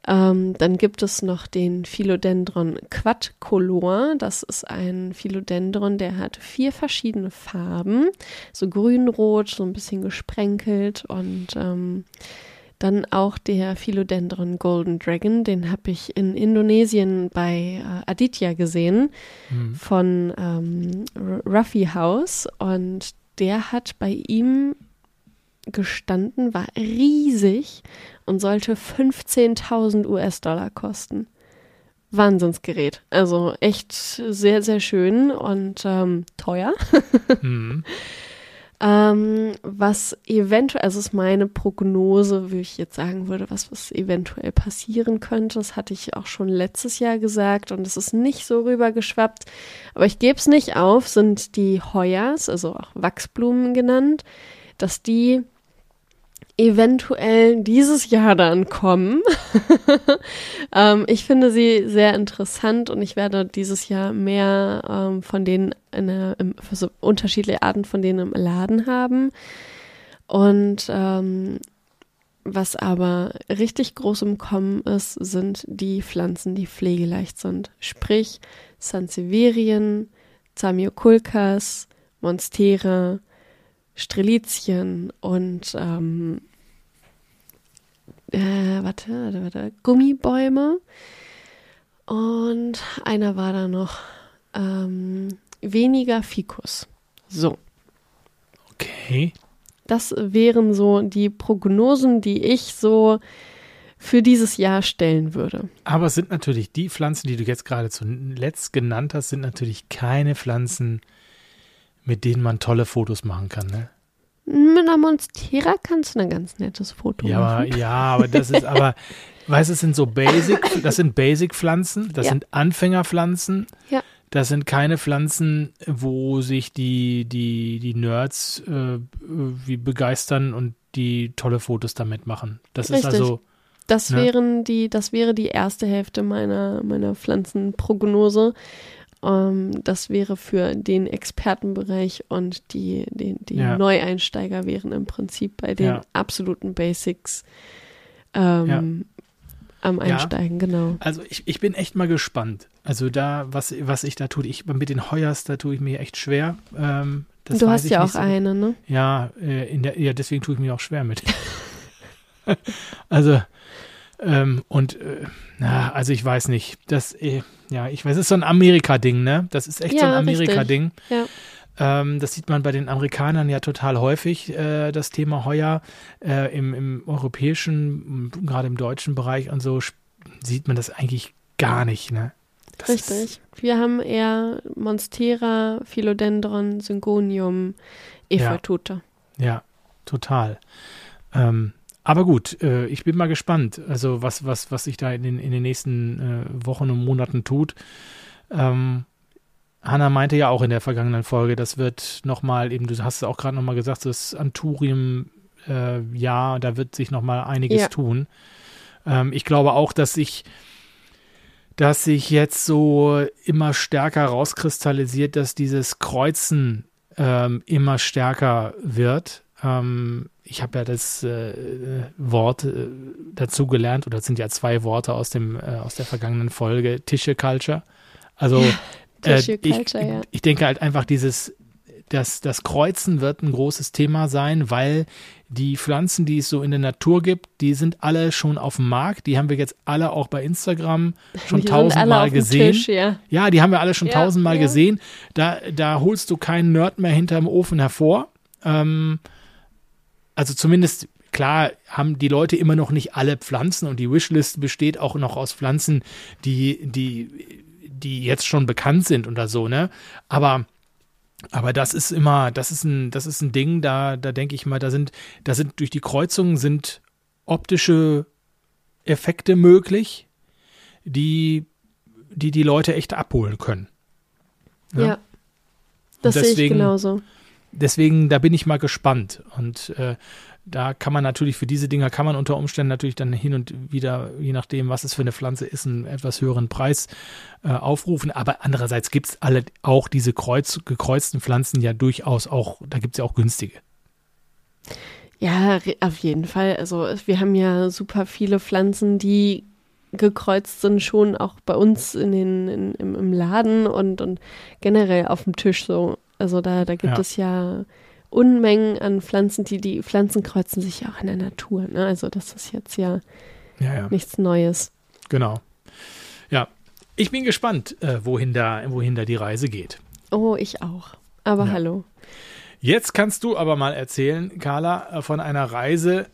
C: Ähm, dann gibt es noch den Philodendron Quadcolor. Das ist ein Philodendron, der hat vier verschiedene Farben, so grün, rot, so ein bisschen gesprenkelt. Und ähm, dann auch der Philodendron Golden Dragon, den habe ich in Indonesien bei äh, Aditya gesehen, mhm. von ähm, Ruffy House. Und der hat bei ihm gestanden, war riesig und sollte fünfzehntausend U S-Dollar kosten. Wahnsinnsgerät. Also echt sehr, sehr schön und ähm, teuer. mhm. ähm, was eventuell, also ist meine Prognose, wie ich jetzt sagen würde, was, was eventuell passieren könnte. Das hatte ich auch schon letztes Jahr gesagt und es ist nicht so rübergeschwappt. Aber ich gebe es nicht auf, sind die Hoyas, also auch Wachsblumen genannt, dass die eventuell dieses Jahr dann kommen. ähm, ich finde sie sehr interessant und ich werde dieses Jahr mehr ähm, von denen, in der, im, also unterschiedliche Arten von denen im Laden haben. Und ähm, was aber richtig groß im Kommen ist, sind die Pflanzen, die pflegeleicht sind. Sprich Sansevierien, Zamioculcas, Monstera, Strelizien und ähm, äh, warte, warte, warte, Gummibäume. Und einer war da noch ähm, weniger Ficus. So.
B: Okay.
C: Das wären so die Prognosen, die ich so für dieses Jahr stellen würde.
B: Aber es sind natürlich die Pflanzen, die du jetzt gerade zuletzt genannt hast, sind natürlich keine Pflanzen, mit denen man tolle Fotos machen kann, ne?
C: Mit einer Monstera kannst du ein ganz nettes Foto
B: ja,
C: machen.
B: Aber, ja, aber das ist aber, weißt du, es sind so Basic, das sind Basic-Pflanzen, das ja. sind Anfängerpflanzen.
C: Ja.
B: Das sind keine Pflanzen, wo sich die, die, die Nerds äh, wie begeistern und die tolle Fotos damit machen. Das
C: Richtig.
B: ist also.
C: Das
B: ne?
C: wären die, das wäre die erste Hälfte meiner, meiner Pflanzenprognose. Um, das wäre für den Expertenbereich und die, die, die ja. Neueinsteiger wären im Prinzip bei den ja. absoluten Basics ähm, ja. am Einsteigen, ja. genau.
B: Also ich, ich bin echt mal gespannt. Also da, was, was ich da tue, ich mit den Hoyas, da tue ich mir echt schwer. Ähm, das
C: du hast ja auch
B: so.
C: eine, ne?
B: Ja, äh, in der, ja, deswegen tue ich mir auch schwer mit. also Ähm, und äh, na, also ich weiß nicht, das, äh, ja, ich weiß, es ist so ein Amerika-Ding, ne? Das ist echt
C: ja,
B: so ein Amerika-Ding.
C: Ja.
B: Ähm, das sieht man bei den Amerikanern ja total häufig, äh, das Thema Hoya. Äh, im, im europäischen, gerade im deutschen Bereich und so, sieht man das eigentlich gar nicht, ne? Das
C: Richtig.
B: Ist,
C: Wir haben eher Monstera, Philodendron, Syngonium, Efeututa.
B: Ja, ja, total. Ähm, Aber gut, äh, ich bin mal gespannt, also was, was, was sich da in den, in den nächsten äh, Wochen und Monaten tut. Ähm, Hanna meinte ja auch in der vergangenen Folge, das wird nochmal, eben, du hast es auch gerade nochmal gesagt, das Anturium, äh, ja, da wird sich nochmal einiges
C: ja.
B: tun. Ähm, ich glaube auch, dass sich, dass sich jetzt so immer stärker rauskristallisiert, dass dieses Kreuzen ähm, immer stärker wird. Ähm, ich habe ja das äh, Wort äh, dazu gelernt, oder es sind ja zwei Worte aus dem äh, aus der vergangenen Folge, Tissue Culture. Also äh,
C: Tissue Culture,
B: ich,
C: ja.
B: ich denke halt einfach dieses, das, das Kreuzen wird ein großes Thema sein, weil die Pflanzen, die es so in der Natur gibt, die sind alle schon auf dem Markt. Die haben wir jetzt alle auch bei Instagram schon tausendmal gesehen.
C: Tisch, ja.
B: ja, die haben wir alle schon
C: ja,
B: tausendmal
C: ja.
B: gesehen. Da, da holst du keinen Nerd mehr hinterm Ofen hervor. Ähm, Also zumindest, klar, haben die Leute immer noch nicht alle Pflanzen und die Wishlist besteht auch noch aus Pflanzen, die, die, die jetzt schon bekannt sind oder so, ne? Aber, aber das ist immer, das ist ein, das ist ein Ding, da, da denke ich mal, da sind, da sind durch die Kreuzungen sind optische Effekte möglich, die, die die Leute echt abholen können.
C: Ja, ja das
B: deswegen,
C: sehe ich genauso.
B: Deswegen, da bin ich mal gespannt. Und äh, da kann man natürlich, für diese Dinger kann man unter Umständen natürlich dann hin und wieder, je nachdem, was es für eine Pflanze ist, einen etwas höheren Preis äh, aufrufen. Aber andererseits gibt es alle auch diese kreuz, gekreuzten Pflanzen ja durchaus auch, da gibt es ja auch günstige.
C: Ja, auf jeden Fall. Also wir haben ja super viele Pflanzen, die gekreuzt sind, schon auch bei uns in den, in, im, im Laden und, und generell auf dem Tisch so. Also da, da gibt
B: Ja.
C: es ja Unmengen an Pflanzen, die, die Pflanzen kreuzen sich ja auch in der Natur. Ne? Also das ist jetzt ja,
B: Ja, ja,
C: nichts Neues.
B: genau. Ja, ich bin gespannt, äh, wohin, da, wohin da die Reise geht.
C: Oh, ich auch. Aber
B: Ja.
C: hallo.
B: Jetzt kannst du aber mal erzählen, Carla, von einer Reise,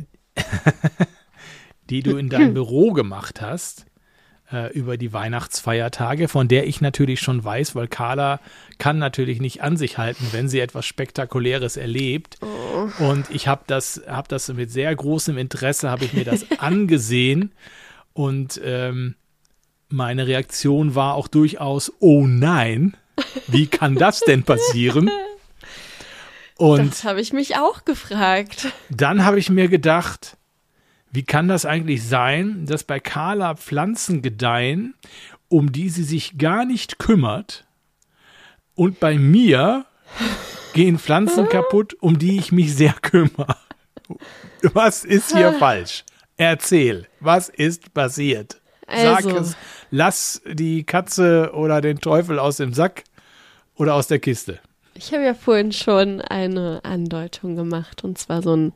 B: die du in deinem Büro gemacht hast, äh, über die Weihnachtsfeiertage, von der ich natürlich schon weiß, weil Carla kann natürlich nicht an sich halten, wenn sie etwas Spektakuläres erlebt.
C: Oh.
B: Und ich habe das, hab das mit sehr großem Interesse, habe ich mir das angesehen. Und ähm, meine Reaktion war auch durchaus, oh nein, wie kann das denn passieren? Und
C: Das habe ich mich auch gefragt.
B: dann habe ich mir gedacht, wie kann das eigentlich sein, dass bei Carla Pflanzen gedeihen, um die sie sich gar nicht kümmert, und bei mir gehen Pflanzen kaputt, um die ich mich sehr kümmere. Was ist hier falsch? Erzähl, was ist passiert? Sag
C: Also.
B: es, lass die Katze oder den Teufel aus dem Sack oder aus der Kiste.
C: Ich habe ja vorhin schon eine Andeutung gemacht, und zwar so ein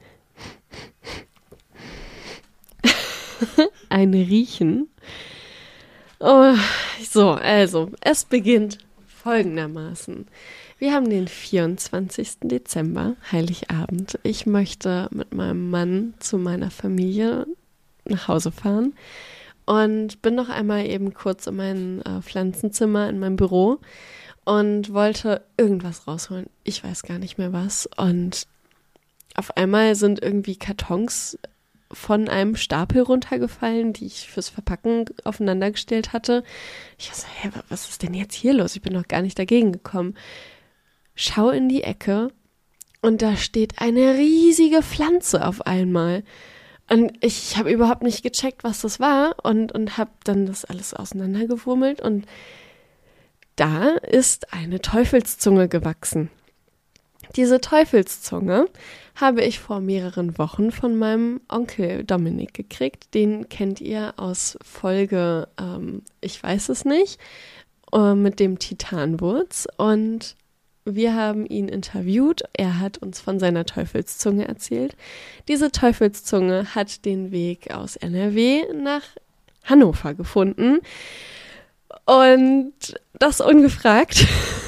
C: ein Riechen. Oh, so, also, es beginnt folgendermaßen. Wir haben den vierundzwanzigsten Dezember, Heiligabend. Ich möchte mit meinem Mann zu meiner Familie nach Hause fahren und bin noch einmal eben kurz in mein äh, Pflanzenzimmer, in meinem Büro und wollte irgendwas rausholen. Ich weiß gar nicht mehr was. Und auf einmal sind irgendwie Kartons von einem Stapel runtergefallen, die ich fürs Verpacken aufeinander gestellt hatte. Ich dachte, hä, was ist denn jetzt hier los? Ich bin noch gar nicht dagegen gekommen. Schau in die Ecke und da steht eine riesige Pflanze auf einmal. Und ich habe überhaupt nicht gecheckt, was das war, und, und habe dann das alles auseinandergewurmelt, und da ist eine Teufelszunge gewachsen. Diese Teufelszunge habe ich vor mehreren Wochen von meinem Onkel Dominik gekriegt. Den kennt ihr aus Folge, ähm, ich weiß es nicht, äh, mit dem Titanwurz. Und wir haben ihn interviewt. Er hat uns von seiner Teufelszunge erzählt. Diese Teufelszunge hat den Weg aus N R W nach Hannover gefunden. Und das ungefragt.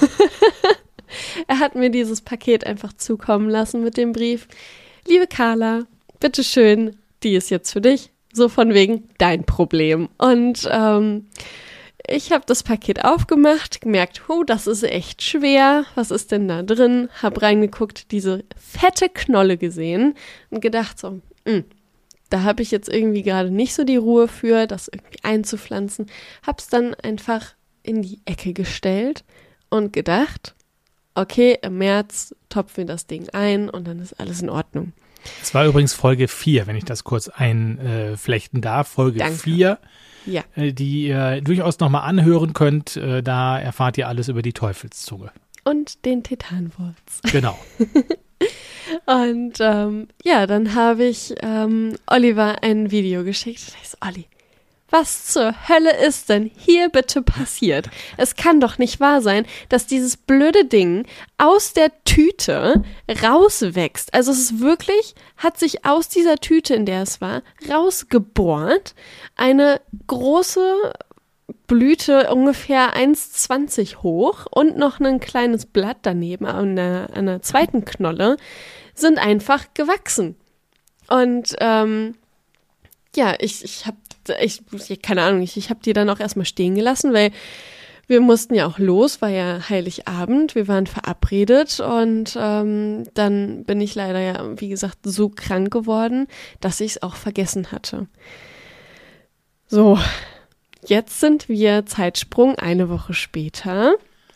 C: Er hat mir dieses Paket einfach zukommen lassen mit dem Brief: Liebe Carla, bitteschön, die ist jetzt für dich. So von wegen dein Problem. Und ähm, ich habe das Paket aufgemacht, gemerkt, oh, das ist echt schwer. Was ist denn da drin? Hab reingeguckt, diese fette Knolle gesehen und gedacht so, mh, da habe ich jetzt irgendwie gerade nicht so die Ruhe für, das irgendwie einzupflanzen. Hab's dann einfach in die Ecke gestellt und gedacht, okay, im März topfen wir das Ding ein und dann ist alles in Ordnung.
B: Es war übrigens Folge vier, wenn ich das kurz einflechten darf. Folge
C: Danke.
B: vier,
C: Ja.
B: äh, die ihr durchaus nochmal anhören könnt. Äh, da erfahrt ihr alles über die Teufelszunge.
C: Und den Titanwurz.
B: Genau.
C: Und ähm, ja, dann habe ich ähm, Oliver ein Video geschickt. Und ich so, Olli, was zur Hölle ist denn hier bitte passiert? Es kann doch nicht wahr sein, dass dieses blöde Ding aus der Tüte rauswächst. Also es ist wirklich, hat sich aus dieser Tüte, in der es war, rausgebohrt. Eine große Blüte, ungefähr eins Komma zwanzig hoch, und noch ein kleines Blatt daneben an der, an der zweiten Knolle, sind einfach gewachsen. Und ähm, ja, ich, ich habe, ich, keine Ahnung, ich, ich habe die dann auch erstmal stehen gelassen, weil wir mussten ja auch los, war ja Heiligabend, wir waren verabredet, und ähm, dann bin ich leider ja, wie gesagt, so krank geworden, dass ich es auch vergessen hatte. So, jetzt sind wir, Zeitsprung, eine Woche später.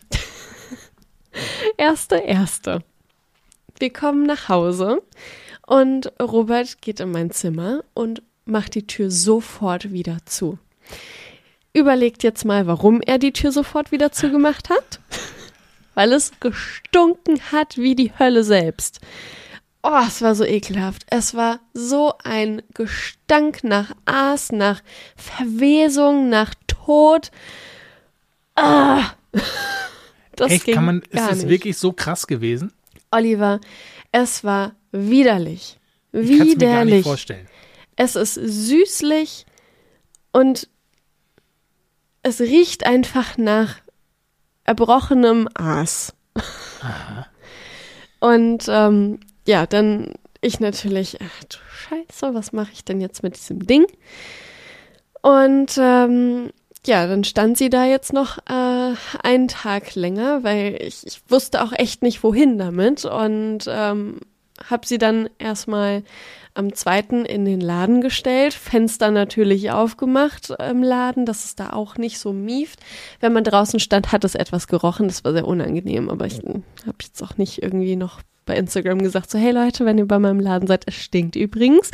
C: Erste, erste. Wir kommen nach Hause und Robert geht in mein Zimmer und macht die Tür sofort wieder zu. Überlegt jetzt mal, warum er die Tür sofort wieder zugemacht hat. Weil es gestunken hat wie die Hölle selbst. oh, es war so ekelhaft. Es war so ein Gestank nach Aas, nach Verwesung, nach Tod. Ah, das
B: Echt,
C: ging
B: kann man,
C: gar
B: ist es
C: nicht.
B: wirklich so krass gewesen?
C: Oliver, es war widerlich.
B: Ich kann es mir gar nicht
C: Widerlich.
B: vorstellen.
C: Es ist süßlich und es riecht einfach nach erbrochenem Aas.
B: Aha.
C: Und ähm, ja, dann ich natürlich, ach du Scheiße, was mache ich denn jetzt mit diesem Ding? Und ähm, ja, dann stand sie da jetzt noch äh, einen Tag länger, weil ich, ich wusste auch echt nicht, wohin damit. Und ähm, habe sie dann erstmal am zweiten in den Laden gestellt, Fenster natürlich aufgemacht im Laden, dass es da auch nicht so mieft. Wenn man draußen stand, hat es etwas gerochen, das war sehr unangenehm, aber ich habe jetzt auch nicht irgendwie noch bei Instagram gesagt, so hey Leute, wenn ihr bei meinem Laden seid, es stinkt übrigens.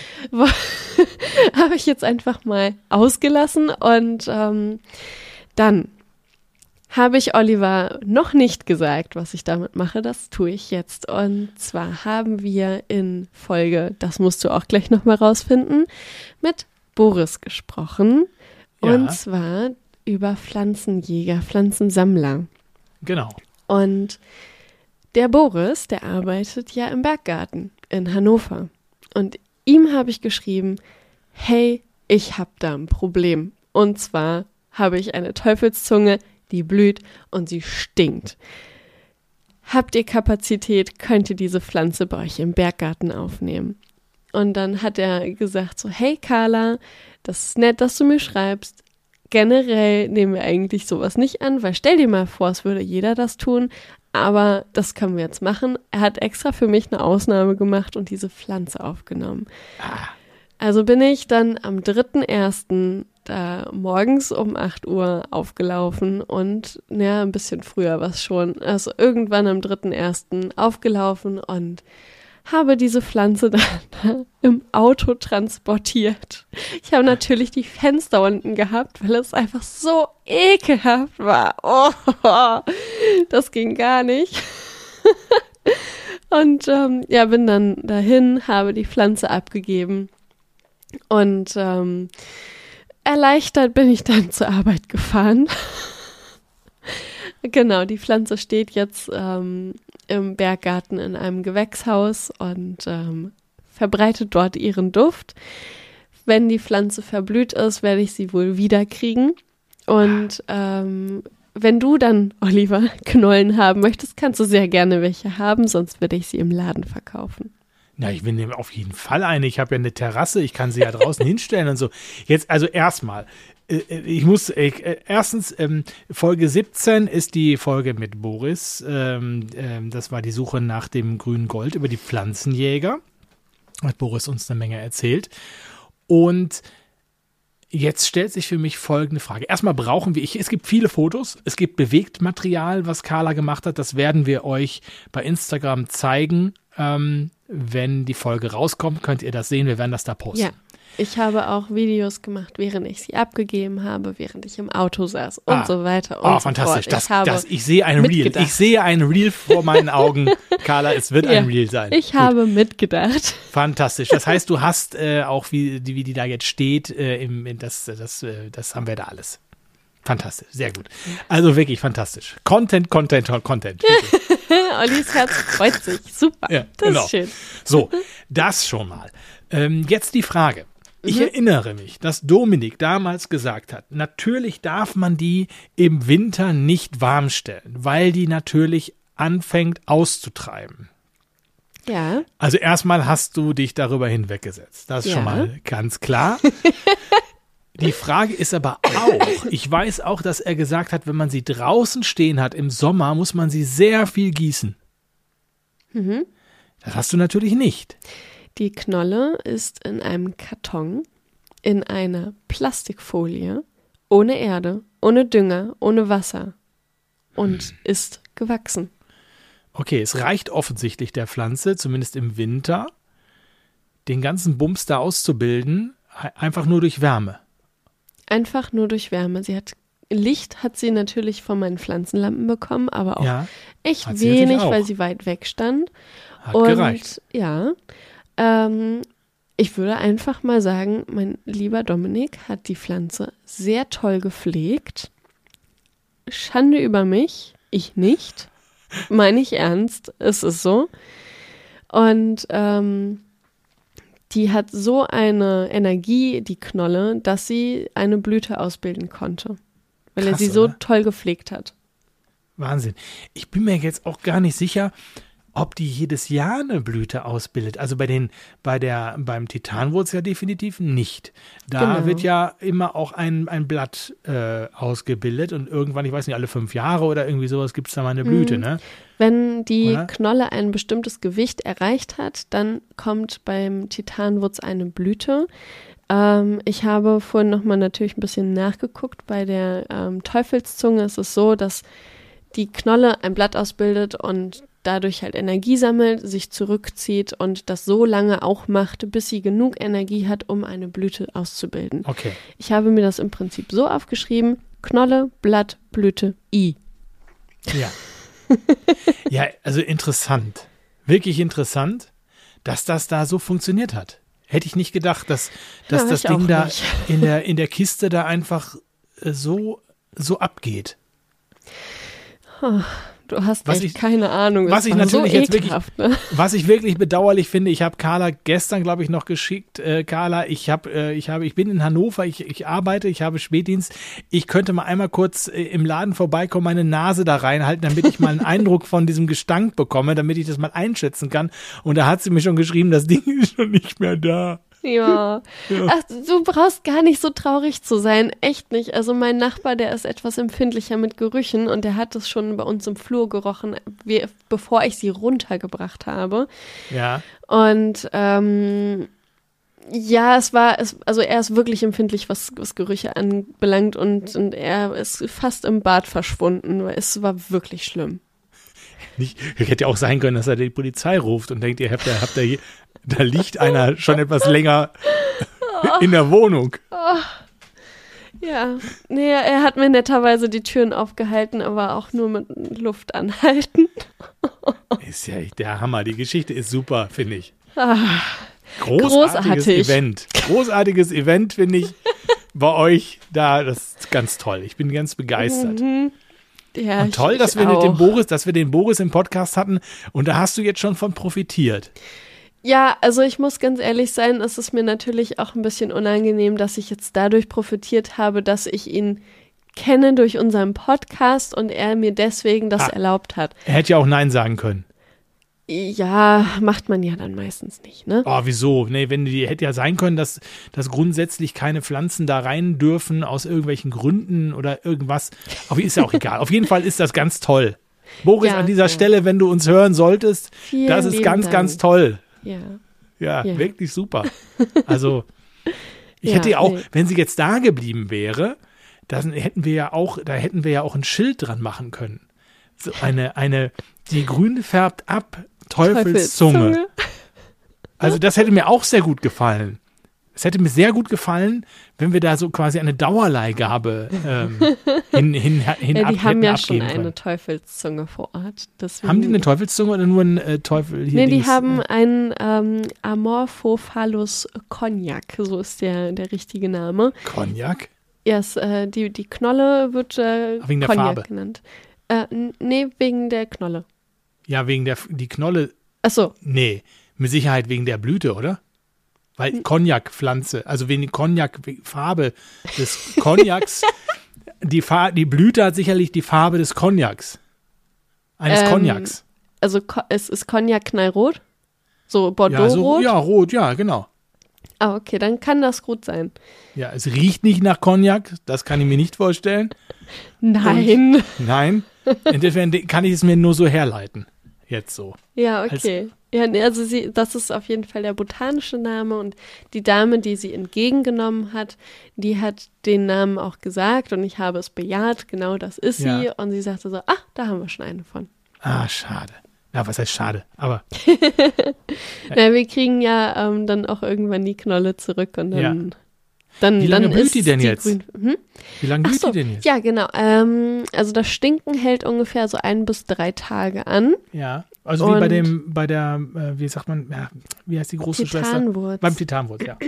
C: Habe ich jetzt einfach mal ausgelassen und ähm, dann habe ich Oliver noch nicht gesagt, was ich damit mache. Das tue ich jetzt. Und zwar haben wir in Folge, das musst du auch gleich nochmal rausfinden, mit Boris gesprochen.
B: Ja.
C: Und zwar über Pflanzenjäger, Pflanzensammler.
B: Genau.
C: Und der Boris, der arbeitet ja im Berggarten in Hannover. Und ihm habe ich geschrieben, hey, ich habe da ein Problem. Und zwar habe ich eine Teufelszunge, die blüht und sie stinkt. Habt ihr Kapazität, könnt ihr diese Pflanze bei euch im Berggarten aufnehmen? Und dann hat er gesagt so, hey Carla, das ist nett, dass du mir schreibst. Generell nehmen wir eigentlich sowas nicht an, weil stell dir mal vor, es würde jeder das tun, aber das können wir jetzt machen. Er hat extra für mich eine Ausnahme gemacht und diese Pflanze aufgenommen.
B: Ah.
C: Also bin ich dann am dritten ersten da morgens um acht Uhr aufgelaufen und ja, ein bisschen früher war es schon. Also irgendwann am dritten ersten aufgelaufen und habe diese Pflanze dann im Auto transportiert. Ich habe natürlich die Fenster unten gehabt, weil es einfach so ekelhaft war. Oh, das ging gar nicht. Und ähm, ja, bin dann dahin, habe die Pflanze abgegeben und ähm, erleichtert bin ich dann zur Arbeit gefahren. Genau, die Pflanze steht jetzt ähm, im Berggarten in einem Gewächshaus und ähm, verbreitet dort ihren Duft. Wenn die Pflanze verblüht ist, werde ich sie wohl wiederkriegen. Und ähm, wenn du dann, Oliver, Knollen haben möchtest, kannst du sehr gerne welche haben, sonst würde ich sie im Laden verkaufen.
B: Na, ich will nehmen auf jeden Fall eine. Ich habe ja eine Terrasse, ich kann sie ja draußen hinstellen und so. Jetzt, also erstmal, äh, ich muss, äh, erstens, ähm, Folge siebzehn ist die Folge mit Boris. Ähm, ähm, das war die Suche nach dem grünen Gold über die Pflanzenjäger. Hat Boris uns eine Menge erzählt. Und jetzt stellt sich für mich folgende Frage. Erstmal brauchen wir, ich, es gibt viele Fotos, es gibt Bewegtmaterial, was Carla gemacht hat. Das werden wir euch bei Instagram zeigen. Ähm, wenn die Folge rauskommt, könnt ihr das sehen. Wir werden das da posten.
C: Ja, ich habe auch Videos gemacht, während ich sie abgegeben habe, während ich im Auto saß und
B: Ah.
C: so weiter und
B: Oh,
C: so
B: fantastisch.
C: fort.
B: Das,
C: ich habe
B: das, ich sehe ein Reel.
C: mitgedacht.
B: Ich sehe ein Reel vor meinen Augen. Carla, es wird
C: Ja,
B: ein Reel sein.
C: Ich
B: Gut.
C: habe mitgedacht.
B: Fantastisch. Das heißt, du hast äh, auch, wie die, wie die da jetzt steht, äh, im, in das, das, äh, das haben wir da alles. Fantastisch, sehr gut. Also wirklich fantastisch. Content, Content, Content. Wirklich.
C: Ollis Herz freut sich. Super.
B: Ja,
C: das
B: genau.
C: ist schön.
B: So, das schon mal. Ähm, jetzt die Frage. Ich
C: Mhm.
B: erinnere mich, dass Dominik damals gesagt hat, natürlich darf man die im Winter nicht warm stellen, weil die natürlich anfängt auszutreiben.
C: Ja.
B: Also erstmal hast du dich darüber hinweggesetzt. Das ist
C: Ja.
B: schon mal ganz klar. Die Frage ist aber auch, ich weiß auch, dass er gesagt hat, wenn man sie draußen stehen hat im Sommer, muss man sie sehr viel gießen.
C: Mhm.
B: Das hast du natürlich nicht.
C: Die Knolle ist in einem Karton, in einer Plastikfolie, ohne Erde, ohne Dünger, ohne Wasser und ist gewachsen.
B: Okay, es reicht offensichtlich der Pflanze, zumindest im Winter, den ganzen Bums da auszubilden, einfach nur durch Wärme.
C: Einfach nur durch Wärme. Sie hat Licht hat sie natürlich von meinen Pflanzenlampen bekommen, aber auch
B: Ja,
C: echt
B: hat sie natürlich
C: wenig,
B: auch.
C: weil sie weit weg stand.
B: hat
C: Und,
B: gereicht.
C: Ja, ähm, ich würde einfach mal sagen, mein lieber Dominik hat die Pflanze sehr toll gepflegt. Schande über mich, ich nicht. Meine ich ernst, es ist so. Und ähm, die hat so eine Energie, die Knolle, dass sie eine Blüte ausbilden konnte. Weil
B: Krass,
C: er sie so
B: oder?
C: toll gepflegt hat.
B: Wahnsinn. Ich bin mir jetzt auch gar nicht sicher, ob die jedes Jahr eine Blüte ausbildet. Also bei den, bei der, beim Titanwurz ja definitiv nicht. Da
C: Genau.
B: wird ja immer auch ein, ein Blatt äh, ausgebildet und irgendwann, ich weiß nicht, alle fünf Jahre oder irgendwie sowas gibt es da mal eine Blüte,
C: Mhm.
B: ne?
C: Wenn die
B: Oder?
C: Knolle ein bestimmtes Gewicht erreicht hat, dann kommt beim Titanwurz eine Blüte. Ähm, ich habe vorhin nochmal natürlich ein bisschen nachgeguckt. Bei der ähm, Teufelszunge ist es so, dass die Knolle ein Blatt ausbildet und dadurch halt Energie sammelt, sich zurückzieht und das so lange auch macht, bis sie genug Energie hat, um eine Blüte auszubilden.
B: Okay.
C: Ich habe mir das im Prinzip so aufgeschrieben: Knolle, Blatt, Blüte, I.
B: Ja. Ja, also interessant. Wirklich interessant, dass das da so funktioniert hat. Hätte ich nicht gedacht, dass, dass
C: Ja,
B: das
C: ich
B: Ding
C: auch
B: da
C: nicht.
B: in der, in der Kiste da einfach äh, so, so abgeht.
C: Du hast
B: Was
C: echt
B: ich-
C: keine Ahnung.
B: was
C: Es
B: ich
C: war
B: natürlich
C: so
B: jetzt wirklich-
C: ekelhaft, ne?
B: Was ich wirklich bedauerlich finde, ich habe Carla gestern, glaube ich, noch geschickt. Äh, Carla, ich habe, äh, ich habe, ich bin in Hannover, ich, ich arbeite, ich habe Spätdienst. Ich könnte mal einmal kurz äh, im Laden vorbeikommen, meine Nase da reinhalten, damit ich mal einen Eindruck von diesem Gestank bekomme, damit ich das mal einschätzen kann. Und da hat sie mir schon geschrieben, das Ding ist schon nicht mehr da.
C: Ja.
B: Ja.
C: Ach, du brauchst gar nicht so traurig zu sein. Echt nicht. Also mein Nachbar, der ist etwas empfindlicher mit Gerüchen und der hat es schon bei uns im Flur gerochen, wie, bevor ich sie runtergebracht habe.
B: Ja.
C: Und ähm, ja, es war, es, also er ist wirklich empfindlich, was, was Gerüche anbelangt und, und er ist fast im Bad verschwunden, weil es war wirklich schlimm.
B: Nicht, hätte ja auch sein können, dass er die Polizei ruft und denkt, ihr habt da, habt da, hier, da liegt einer schon etwas länger in der Wohnung.
C: Ja, nee, er hat mir netterweise die Türen aufgehalten, aber auch nur mit Luft anhalten.
B: Ist ja echt der Hammer. Die Geschichte ist super, finde ich.
C: Ah,
B: Großartiges
C: Großartig.
B: Event. Großartiges Event, finde ich, bei euch da. Das ist ganz toll. Ich bin ganz begeistert.
C: mhm. Ja,
B: Und toll,
C: ich,
B: dass
C: ich
B: wir mit dem
C: auch.
B: Boris, dass wir den Boris im Podcast hatten. Und da hast du jetzt schon von profitiert.
C: Ja, also ich muss ganz ehrlich sein, es ist mir natürlich auch ein bisschen unangenehm, dass ich jetzt dadurch profitiert habe, dass ich ihn kenne durch unseren Podcast und er mir deswegen das
B: Ah.
C: erlaubt hat.
B: Er hätte ja auch Nein sagen können.
C: Ja, macht man ja dann meistens nicht, ne?
B: Oh, wieso? Nee, wenn die hätte ja sein können, dass, dass grundsätzlich keine Pflanzen da rein dürfen aus irgendwelchen Gründen oder irgendwas. Aber ist ja auch egal. Auf jeden Fall ist das ganz toll. Boris,
C: Ja,
B: an dieser
C: ja.
B: Stelle, wenn du uns hören solltest,
C: Vielen
B: das ist
C: lieben
B: ganz,
C: Dank.
B: ganz toll.
C: Ja.
B: Ja,
C: Ja.
B: wirklich super. Also, ich
C: Ja,
B: hätte ja auch,
C: nee.
B: wenn sie jetzt da geblieben wäre, dann hätten wir ja auch, da hätten wir ja auch ein Schild dran machen können. So eine, eine, die grün färbt ab, Teufelszunge.
C: Teufelszunge.
B: Also das hätte mir auch sehr gut gefallen. Es hätte mir sehr gut gefallen, wenn wir da so quasi eine Dauerleihgabe ähm, hin, hin, hin
C: Ja,
B: ab,
C: die haben
B: hätten
C: ja
B: abgeben
C: schon eine
B: können.
C: Teufelszunge vor Ort. Deswegen,
B: Haben die eine Teufelszunge oder nur einen äh, Teufel hier?
C: Nee, die
B: Dings,
C: haben
B: äh,
C: einen ähm, Amorphophallus Cognac, so ist der, der richtige Name.
B: Cognac?
C: Ja, es, äh, die, die Knolle wird äh,
B: Ach, wegen der
C: Cognac
B: Farbe.
C: genannt. Äh, n- nee, wegen der Knolle.
B: Ja, wegen der, die Knolle,
C: Achso,
B: nee, mit Sicherheit wegen der Blüte, oder? Weil Cognac-Pflanze, also wegen der Cognac-Farbe des Cognacs, die, Fa- die Blüte hat sicherlich die Farbe des Cognacs. Eines
C: Ähm,
B: Cognacs.
C: also ko- es ist Cognac knallrot? So
B: Ja,
C: Bordeaux-rot?
B: so, ja, rot, ja, genau.
C: Ah, okay, dann kann das gut sein.
B: Ja, es riecht nicht nach Cognac, das kann ich mir nicht vorstellen.
C: Nein.
B: Nein, insofern kann ich es mir nur so herleiten. Jetzt so.
C: Ja, okay. Ja, nee, also sie, das ist auf jeden Fall der botanische Name und die Dame, die sie entgegengenommen hat, die hat den Namen auch gesagt und ich habe es bejaht, genau das ist sie
B: Ja.
C: und sie sagte so, ach, da haben wir schon eine von.
B: Ah, schade. Ja, was heißt schade? Aber
C: Na, wir kriegen ja ähm, dann auch irgendwann die Knolle zurück und dann, Dann,
B: Wie lange
C: dann
B: blüht
C: ist
B: die denn jetzt?
C: Grün, hm?
B: Wie lange
C: Ach
B: blüht
C: so,
B: die denn jetzt?
C: ja, genau. Ähm, also das Stinken hält ungefähr so ein bis drei Tage an.
B: Ja, also wie
C: Und
B: bei dem, bei der, äh, wie sagt man, ja, wie heißt die große Schwester?
C: Titanwurz.
B: Beim Titanwurz, ja.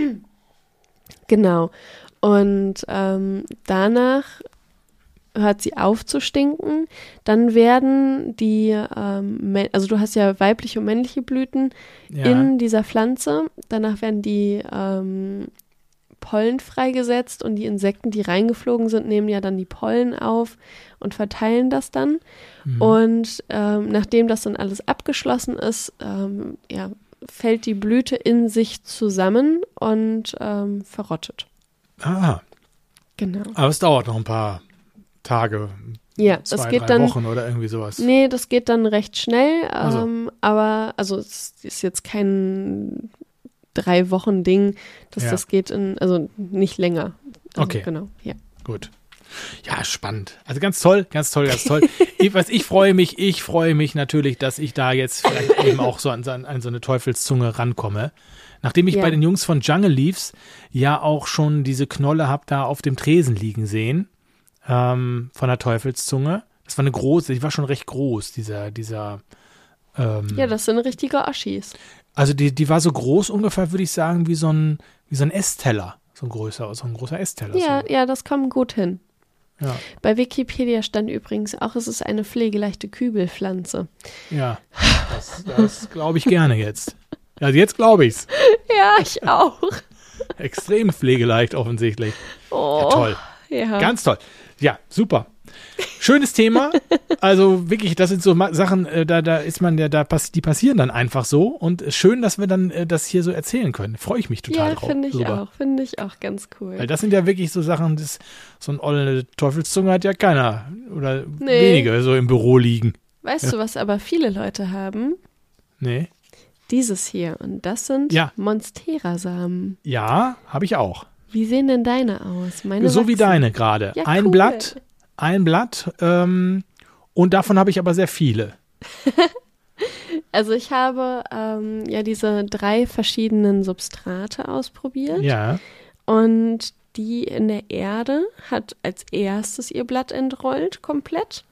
C: Genau. Und ähm, danach hört sie auf zu stinken. Dann werden die, ähm, mä- also du hast ja weibliche und männliche Blüten
B: Ja.
C: in dieser Pflanze. Danach werden die ähm, Pollen freigesetzt und die Insekten, die reingeflogen sind, nehmen ja dann die Pollen auf und verteilen das dann.
B: Mhm.
C: Und ähm, nachdem das dann alles abgeschlossen ist, ähm, ja, fällt die Blüte in sich zusammen und ähm, verrottet.
B: Ah,
C: Genau.
B: aber es dauert noch ein paar Tage,
C: Ja,
B: zwei,
C: das geht
B: drei
C: dann.
B: Wochen oder irgendwie sowas.
C: Nee, das geht dann recht schnell,
B: Ach so.
C: ähm, aber also es ist jetzt kein drei Wochen Ding, dass
B: Ja.
C: das geht in, also nicht länger. Also,
B: Okay.
C: Genau, ja.
B: Gut. Ja, spannend. Also ganz toll, ganz toll, ganz toll. ich, was ich freue mich, ich freue mich natürlich, dass ich da jetzt vielleicht eben auch so an, an, an so eine Teufelszunge rankomme. Nachdem ich
C: Ja.
B: bei den Jungs von Jungle Leaves ja auch schon diese Knolle habe da auf dem Tresen liegen sehen, ähm, von der Teufelszunge. Das war eine große, die war schon recht groß, dieser, dieser, ähm,
C: Ja, das sind richtige Oschis.
B: also die, die war so groß ungefähr, würde ich sagen, wie so ein, wie so ein Essteller. So ein größer, so ein großer Essteller.
C: Ja,
B: so.
C: ja, das kommt gut hin.
B: Ja,
C: Bei Wikipedia stand übrigens auch, es ist eine pflegeleichte Kübelpflanze.
B: ja. Das, das glaube ich gerne jetzt. Ja, jetzt glaube ich's.
C: Ja, ich auch.
B: Extrem pflegeleicht offensichtlich.
C: Oh,
B: Ja, toll.
C: Ja.
B: Ganz toll. Ja, super. Schönes Thema. Also wirklich, das sind so Ma- Sachen, äh, da, da ist man ja, da pass- die passieren dann einfach so. Und schön, dass wir dann äh, das hier so erzählen können. Freue ich mich total
C: Ja,
B: drauf.
C: finde ich
B: Super.
C: auch. Finde ich auch ganz cool.
B: Weil das sind ja wirklich so Sachen, das, so eine olle Teufelszunge hat ja keiner oder
C: Nee.
B: wenige so im Büro liegen.
C: Weißt du, was aber viele Leute haben?
B: Nee.
C: Dieses hier. Und das sind
B: Ja.
C: Monstera-Samen.
B: Ja, habe ich auch.
C: Wie sehen denn deine aus? Meine
B: So wie
C: wachsen.
B: deine gerade.
C: Ja,
B: ein
C: cool.
B: Blatt, ein Blatt. Ähm, und davon habe ich aber sehr viele.
C: Also ich habe ähm, ja diese drei verschiedenen Substrate ausprobiert.
B: Ja.
C: Und die in der Erde hat als erstes ihr Blatt entrollt, komplett.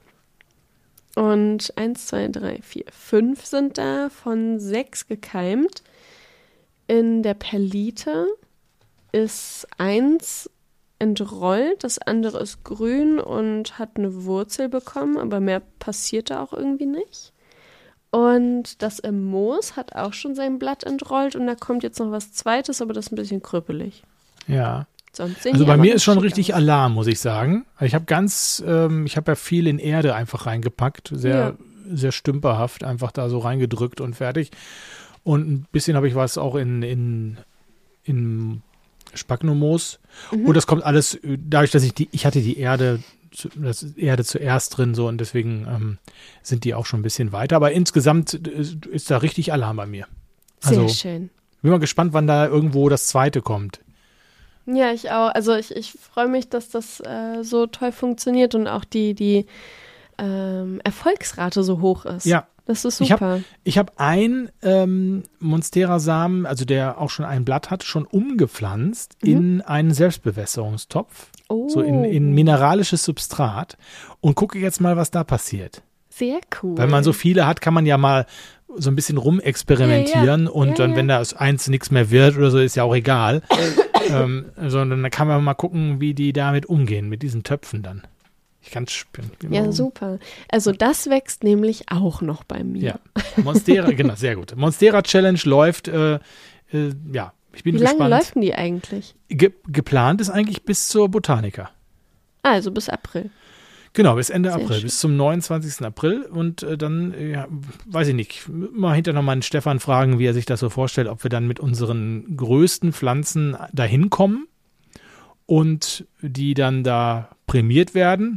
C: Und eins, zwei, drei, vier, fünf sind da, von sechs gekeimt. In der Perlite ist eins entrollt, das andere ist grün und hat eine Wurzel bekommen, aber mehr passiert da auch irgendwie nicht. Und das im Moos hat auch schon sein Blatt entrollt und da kommt jetzt noch was Zweites, aber das ist ein bisschen krüppelig.
B: Ja.
C: Sonst sehen
B: Also
C: die
B: bei
C: aber
B: mir
C: ganz
B: ist schon
C: schick
B: richtig
C: aus.
B: Alarm, muss ich sagen. Ich habe ganz, ähm, ich habe ja viel in Erde einfach reingepackt, sehr,
C: Ja.
B: sehr stümperhaft, einfach da so reingedrückt und fertig. Und ein bisschen habe ich was auch in, in, in Spagnomoos.
C: Mhm.
B: Und das kommt alles, äh, dadurch, dass ich die, ich hatte die Erde, zu- das ist Erde zuerst drin so und deswegen ähm, sind die auch schon ein bisschen weiter. Aber insgesamt ist, ist da richtig Alarm bei mir.
C: Sehr
B: Also
C: schön.
B: bin mal gespannt, wann da irgendwo das zweite kommt.
C: Ja, ich auch. Also ich, ich freue mich, dass das äh, so toll funktioniert und auch die, die ähm, Erfolgsrate so hoch ist.
B: Ja.
C: Das ist
B: Ich hab-
C: super.
B: Ich habe ein ähm, Monstera-Samen, also der auch schon ein Blatt hat, schon umgepflanzt
C: Mhm.
B: in einen Selbstbewässerungstopf,
C: Oh,
B: so in, in mineralisches Substrat und gucke jetzt mal, was da passiert.
C: sehr cool.
B: Weil man so viele hat, kann man ja mal so ein bisschen rumexperimentieren
C: Ja, ja.
B: und
C: Ja,
B: dann,
C: ja.
B: wenn da aus eins nichts mehr wird oder so, ist ja auch egal. ähm, sondern da kann man mal gucken, wie die damit umgehen, mit diesen Töpfen dann. Ich kann es spüren.
C: Ja, super. Also das wächst nämlich auch noch bei mir.
B: Ja, Monstera, genau, sehr gut. Monstera Challenge läuft, äh, äh, ja, ich bin
C: Wie lange
B: gespannt.
C: läuft denn die eigentlich?
B: Ge geplant ist eigentlich bis zur Botanica.
C: Also bis April.
B: Genau, bis Ende
C: Sehr
B: April,
C: schön.
B: bis zum neunundzwanzigsten April und äh, dann, äh, ja, weiß ich nicht, mal hinterher nochmal einen Stefan fragen, wie er sich das so vorstellt, ob wir dann mit unseren größten Pflanzen dahin kommen und die dann da prämiert werden.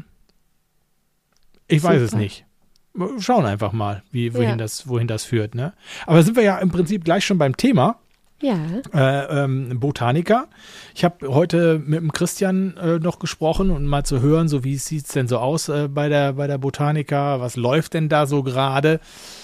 B: Ich weiß es
C: Super.
B: nicht. Wir schauen einfach mal, wie, wohin,
C: Ja.
B: das, wohin das führt. Ne? Aber sind wir ja im Prinzip gleich schon beim Thema.
C: Ja.
B: Äh, ähm, Botaniker. Ich habe heute mit dem Christian äh, noch gesprochen und mal zu hören, so wie sieht es denn so aus äh, bei der bei der Botaniker, was läuft denn da so gerade?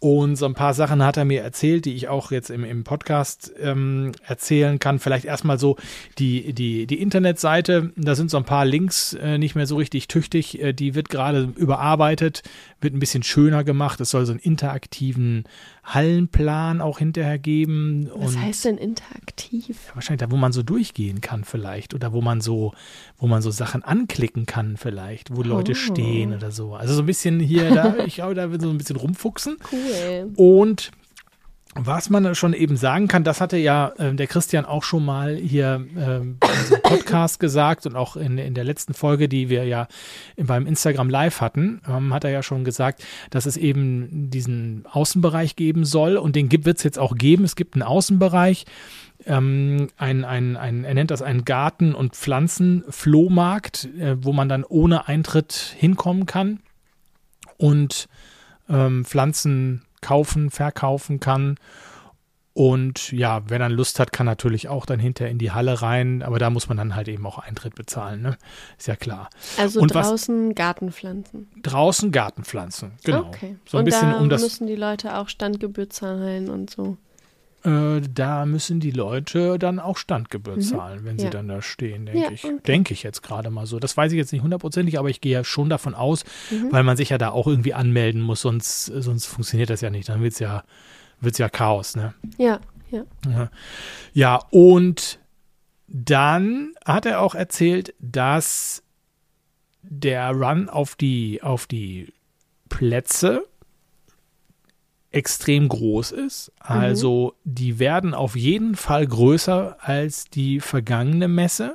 B: Und so ein paar Sachen hat er mir erzählt, die ich auch jetzt im, im Podcast ähm, erzählen kann. Vielleicht erstmal so die, die, die Internetseite, da sind so ein paar Links äh, nicht mehr so richtig tüchtig. Äh, die wird gerade überarbeitet, wird ein bisschen schöner gemacht. Es soll so einen interaktiven Hallenplan auch hinterher geben.
C: Was
B: Und
C: heißt denn interaktiv?
B: ja, wahrscheinlich da, wo man so durchgehen kann vielleicht oder wo man so, wo man so Sachen anklicken kann vielleicht, wo Leute
C: Oh.
B: stehen oder so. Also so ein bisschen hier, da, ich glaube, da wird so ein bisschen rumfuchsen.
C: Cool.
B: Und was man schon eben sagen kann, das hatte ja äh, der Christian auch schon mal hier ähm, in unserem Podcast gesagt und auch in, in der letzten Folge, die wir ja in, beim Instagram Live hatten, ähm, hat er ja schon gesagt, dass es eben diesen Außenbereich geben soll und den wird es jetzt auch geben. Es gibt einen Außenbereich, ähm, ein, ein, ein, er nennt das einen Garten- und Pflanzenflohmarkt, äh, wo man dann ohne Eintritt hinkommen kann und ähm, Pflanzen kaufen, verkaufen kann. Und ja, wer dann Lust hat, kann natürlich auch dann hinter in die Halle rein, aber da muss man dann halt eben auch Eintritt bezahlen, ne? Ist ja klar.
C: Also
B: Und was-
C: draußen Gartenpflanzen.
B: Draußen Gartenpflanzen, genau.
C: Okay.
B: So ein
C: und
B: bisschen
C: da
B: um das,
C: müssen die Leute auch Standgebühr zahlen und so.
B: äh, da müssen die Leute dann auch Standgebühr
C: Mhm.
B: zahlen, wenn sie
C: Ja.
B: dann da stehen, denke
C: Ja,
B: ich.
C: okay.
B: Denke ich jetzt gerade mal so. Das weiß ich jetzt nicht hundertprozentig, aber ich gehe ja schon davon aus,
C: Mhm.
B: weil man sich ja da auch irgendwie anmelden muss, sonst, sonst funktioniert das ja nicht. Dann wird es ja, wird's ja Chaos, ne?
C: Ja, ja.
B: Ja. Ja, und dann hat er auch erzählt, dass der Run auf die, auf die Plätze extrem groß ist. Also die werden auf jeden Fall größer als die vergangene Messe.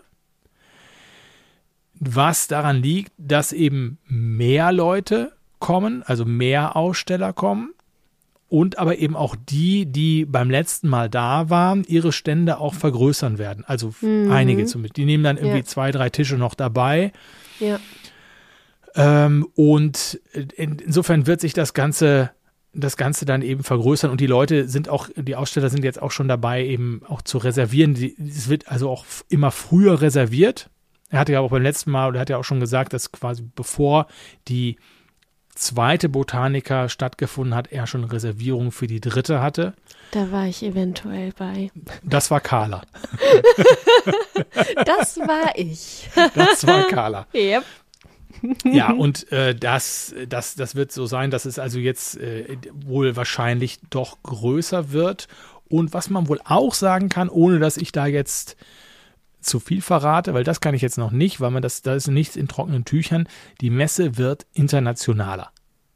B: Was daran liegt, dass eben mehr Leute kommen, also mehr Aussteller kommen. Und aber eben auch die, die beim letzten Mal da waren, ihre Stände auch vergrößern werden. Also
C: Mhm.
B: einige zumindest. Die nehmen dann irgendwie
C: Ja.
B: zwei, drei Tische noch dabei.
C: Ja.
B: Ähm, und in, insofern wird sich das Ganze, das Ganze dann eben vergrößern. Und die Leute sind auch, die Aussteller sind jetzt auch schon dabei, eben auch zu reservieren. Die, es wird also auch f- immer früher reserviert. Er hatte ja auch beim letzten Mal, oder hat ja auch schon gesagt, dass quasi bevor die zweite Botanica stattgefunden hat, er schon Reservierungen für die dritte hatte.
C: Da war ich eventuell bei.
B: Das war Carla.
C: Das war ich.
B: Das war Carla.
C: Yep.
B: Ja, und äh, das, das, das wird so sein, dass es also jetzt äh, wohl wahrscheinlich doch größer wird. Und was man wohl auch sagen kann, ohne dass ich da jetzt zu viel verrate, weil das kann ich jetzt noch nicht, weil man das, da ist nichts in trockenen Tüchern. Die Messe wird internationaler.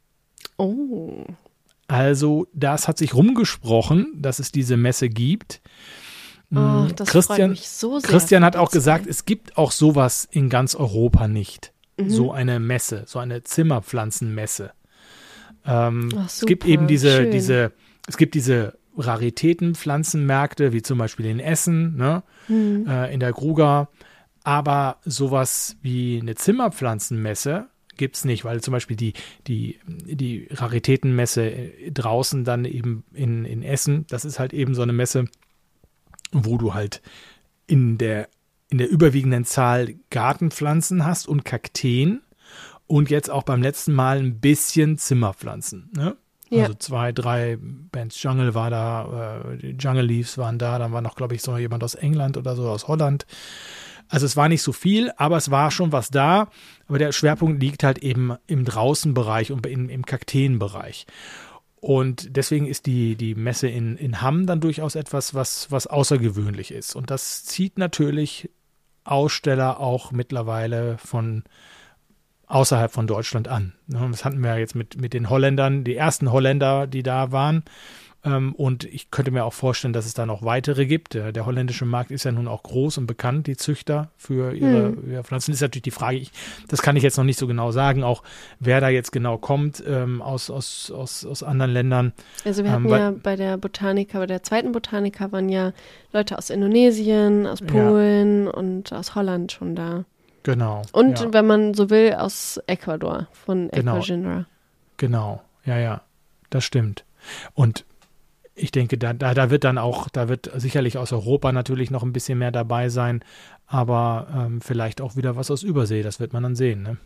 C: Oh.
B: Also das hat sich rumgesprochen, dass es diese Messe gibt.
C: Oh, das freut
B: Christian,
C: mich so sehr.
B: Christian hat
C: für
B: auch
C: die
B: gesagt,
C: zwei.
B: es gibt auch sowas in ganz Europa nicht.
C: Mhm.
B: So eine Messe, so eine Zimmerpflanzenmesse. Ähm,
C: Ach,
B: es gibt
C: super,
B: eben diese,
C: schön.
B: diese, es gibt diese Raritätenpflanzenmärkte, wie zum Beispiel in Essen, ne?
C: Mhm.
B: äh, in der Gruger. Aber sowas wie eine Zimmerpflanzenmesse gibt es nicht, weil zum Beispiel die, die, die Raritätenmesse draußen dann eben in, in Essen, das ist halt eben so eine Messe, wo du halt in der, in der überwiegenden Zahl Gartenpflanzen hast und Kakteen und jetzt auch beim letzten Mal ein bisschen Zimmerpflanzen. Ne?
C: Ja.
B: Also zwei, drei Bands Jungle war da, äh, die Jungle Leaves waren da, dann war noch, glaube ich, so jemand aus England oder so, aus Holland. Also es war nicht so viel, aber es war schon was da. Aber der Schwerpunkt liegt halt eben im Draußenbereich und im, im Kakteenbereich. Und deswegen ist die, die Messe in, in Hamm dann durchaus etwas, was, was außergewöhnlich ist. Und das zieht natürlich Aussteller auch mittlerweile von außerhalb von Deutschland an. Das hatten wir ja jetzt mit, mit den Holländern, die ersten Holländer, die da waren. Und ich könnte mir auch vorstellen, dass es da noch weitere gibt. Der, der holländische Markt ist ja nun auch groß und bekannt, die Züchter für ihre,
C: Hm.
B: ihre Pflanzen. Das ist natürlich die Frage, ich, das kann ich jetzt noch nicht so genau sagen, auch wer da jetzt genau kommt ähm, aus, aus, aus, aus anderen Ländern.
C: Also wir hatten
B: Ähm,
C: ja
B: weil-
C: bei der Botanica, bei der zweiten Botanica waren ja Leute aus Indonesien, aus
B: Ja.
C: Polen und aus Holland schon da.
B: Genau.
C: Und
B: ja,
C: wenn man so will, aus Ecuador, von
B: Genau.
C: Ecuador.
B: genau. Ja, ja, das stimmt. Und ich denke, da, da, da wird dann auch, da wird sicherlich aus Europa natürlich noch ein bisschen mehr dabei sein, aber ähm, vielleicht auch wieder was aus Übersee, das wird man dann sehen, ne?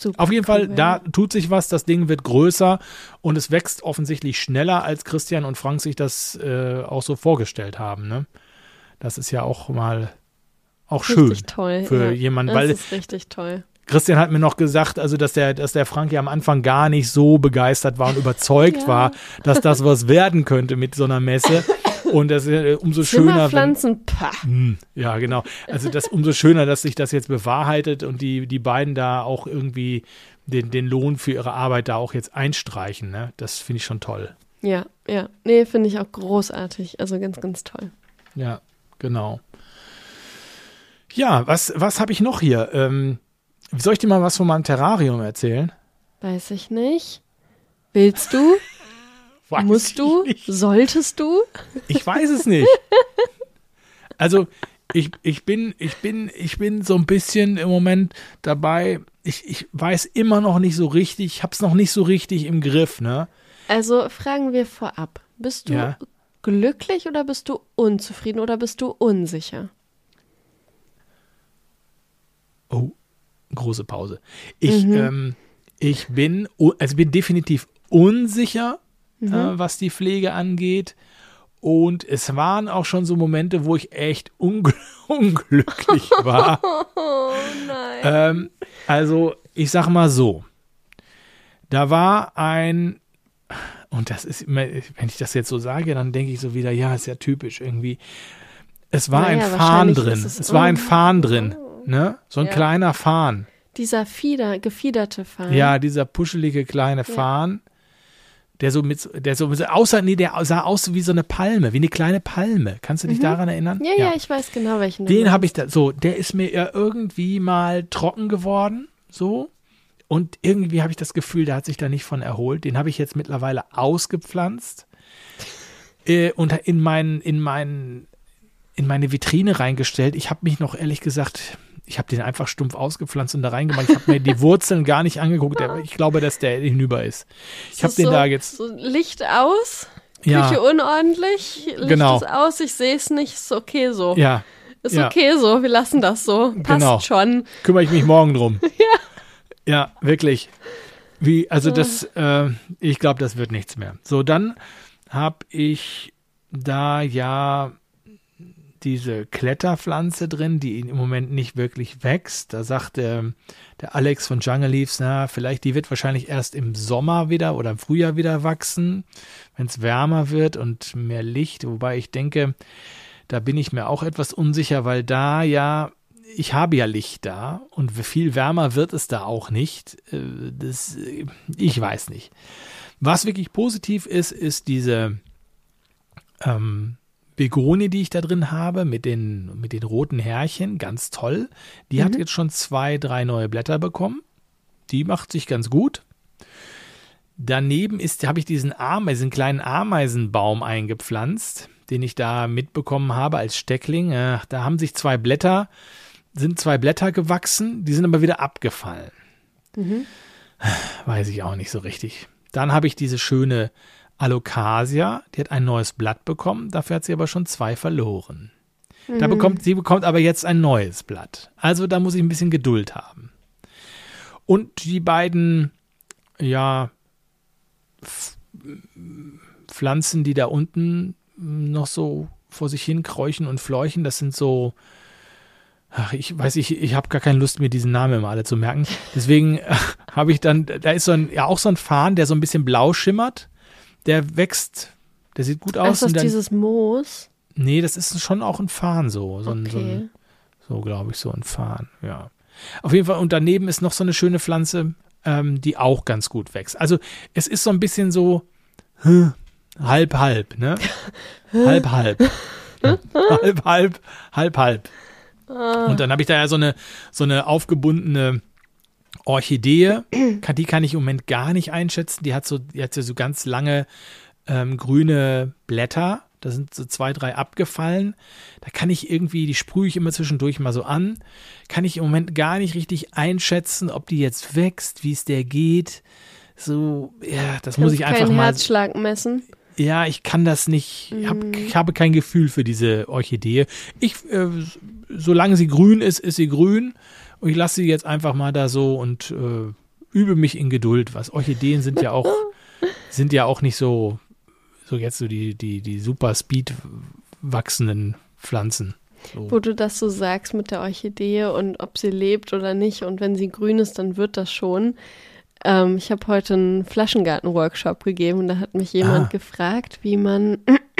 C: Super
B: Auf jeden Fall,
C: cool.
B: da tut sich was, das Ding wird größer und es wächst offensichtlich schneller, als Christian und Frank sich das äh, auch so vorgestellt haben. Ne? Das ist ja auch mal auch schön
C: Richtig toll.
B: für
C: ja,
B: jemanden,
C: das
B: weil
C: ist richtig toll.
B: Christian hat mir noch gesagt, also dass der, dass der Frank ja am Anfang gar nicht so begeistert war und überzeugt
C: Ja.
B: war, dass das was werden könnte mit so einer Messe. Und das ist äh, umso schöner. Wenn,
C: Zimmerpflanzen, pah.
B: Hm, ja, genau. Also das umso schöner, dass sich das jetzt bewahrheitet und die, die beiden da auch irgendwie den, den Lohn für ihre Arbeit da auch jetzt einstreichen. Ne? Das finde ich schon toll.
C: Ja, ja. Nee, finde ich auch großartig. Also ganz, ganz toll.
B: Ja, genau. Ja, was, was habe ich noch hier? Ähm, soll ich dir mal was von meinem Terrarium erzählen?
C: Weiß ich nicht. Willst du?
B: Weiß
C: Musst
B: ich
C: du?
B: nicht.
C: Solltest du?
B: Ich weiß es nicht. Also ich, ich bin, ich bin, ich bin so ein bisschen im Moment dabei, ich, ich weiß immer noch nicht so richtig, ich habe es noch nicht so richtig im Griff, ne?
C: Also fragen wir vorab. Bist du
B: Ja.
C: glücklich oder bist du unzufrieden oder bist du unsicher?
B: Oh, große Pause. Ich,
C: Mhm.
B: ähm, ich bin, u- also bin definitiv unsicher,
C: Mhm.
B: äh, was die Pflege angeht. Und es waren auch schon so Momente, wo ich echt ungl unglücklich war.
C: Oh nein.
B: ähm, also, ich sag mal so. Da war ein, und das ist immer, wenn ich das jetzt so sage, dann denke ich so wieder, ja, ist ja typisch irgendwie. Es war
C: Naja,
B: ein Farn
C: wahrscheinlich
B: drin.
C: ist
B: Es,
C: es-
B: war ein
C: oh.
B: Farn drin. Ne? So ein
C: Ja.
B: kleiner Farn.
C: Dieser Fieder, gefiederte Farn.
B: Ja, dieser puschelige kleine Farn, der so mit, der so, so aussah, nee, der sah aus wie so eine Palme, wie eine kleine Palme. Kannst du dich daran erinnern?
C: Ja, ja, ich weiß genau, welchen du
B: Den habe
C: meinst.
B: ich da, so, der ist mir ja irgendwie mal trocken geworden, so. Und irgendwie habe ich das Gefühl, der hat sich da nicht von erholt. Den habe ich jetzt mittlerweile ausgepflanzt äh, und in meinen, in meinen, in meine Vitrine reingestellt. Ich habe mich noch ehrlich gesagt, ich habe den einfach stumpf ausgepflanzt und da reingemacht. Ich habe mir die Wurzeln gar nicht angeguckt. Der, ich glaube, dass der hinüber ist. Ich
C: Es
B: habe
C: ist
B: den
C: so,
B: da jetzt.
C: So Licht aus,
B: Ja.
C: Küche unordentlich, Licht
B: Genau.
C: ist aus, ich sehe es nicht, ist okay so.
B: Ja,
C: Ist
B: ja.
C: okay so, wir lassen das so. Passt
B: Genau.
C: schon.
B: kümmere ich mich morgen drum. ja. Ja, wirklich. Wie, also das, äh, ich glaube, das wird nichts mehr. So, dann habe ich da ja diese Kletterpflanze drin, die im Moment nicht wirklich wächst. Da sagt der, der Alex von Jungle Leaves, na, vielleicht, die wird wahrscheinlich erst im Sommer wieder oder im Frühjahr wieder wachsen, wenn es wärmer wird und mehr Licht. Wobei ich denke, da bin ich mir auch etwas unsicher, weil da ja, ich habe ja Licht da und viel wärmer wird es da auch nicht. Äh, Das, äh, ich weiß nicht. Was wirklich positiv ist, ist diese ähm, Begonie, die ich da drin habe, mit den, mit den roten Härchen, ganz toll. Die
C: Mhm.
B: hat jetzt schon zwei, drei neue Blätter bekommen. Die macht sich ganz gut. Daneben ist, habe ich diesen Ameisen, diesen kleinen Ameisenbaum eingepflanzt, den ich da mitbekommen habe als Steckling. Äh, da haben sich zwei Blätter, sind zwei Blätter gewachsen, die sind aber wieder abgefallen.
C: Mhm.
B: Weiß ich auch nicht so richtig. Dann habe ich diese schöne Alocasia, die hat ein neues Blatt bekommen, dafür hat sie aber schon zwei verloren. Da bekommt, sie bekommt aber jetzt ein neues Blatt. Also da muss ich ein bisschen Geduld haben. Und die beiden, ja, F- Pflanzen, die da unten noch so vor sich hin kräuchen und fleuchen, das sind so, ach, ich weiß, ich, ich habe gar keine Lust, mir diesen Namen immer alle zu merken. Deswegen äh, habe ich dann, da ist so ein, ja auch so ein Farn, der so ein bisschen blau schimmert. Der wächst, der sieht gut
C: Ach,
B: aus.
C: ist das
B: und dann,
C: dieses Moos?
B: nee, das ist schon auch ein Farn so. So, ein, so,
C: Okay.
B: ein, so glaube ich, so ein Farn, ja. Auf jeden Fall, und daneben ist noch so eine schöne Pflanze, ähm, die auch ganz gut wächst. Also es ist so ein bisschen so hm, halb, halb, ne? halb, halb. halb, halb, halb, halb. Und dann habe ich da ja so eine, so eine aufgebundene Orchidee, kann, die kann ich im Moment gar nicht einschätzen. Die hat so, die hat so ganz lange ähm, grüne Blätter. Da sind so zwei, drei abgefallen. Da kann ich irgendwie, die sprühe ich immer zwischendurch mal so an. Kann ich im Moment gar nicht richtig einschätzen, ob die jetzt wächst, wie es der geht. So, ja, das muss ich einfach
C: keinen
B: mal.
C: Herzschlag messen.
B: Ja, ich kann das nicht, ich, hab, ich habe kein Gefühl für diese Orchidee. Ich, äh, solange sie grün ist, ist sie grün. Und ich lasse sie jetzt einfach mal da so und äh, übe mich in Geduld. Was Orchideen sind ja auch, sind ja auch nicht so, so jetzt so die, die, die super Speed wachsenden Pflanzen. So.
C: Wo du das so sagst mit der Orchidee und ob sie lebt oder nicht und wenn sie grün ist, dann wird das schon. Ähm, ich habe heute einen Flaschengarten-Workshop gegeben und da hat mich jemand
B: ah.
C: gefragt, wie man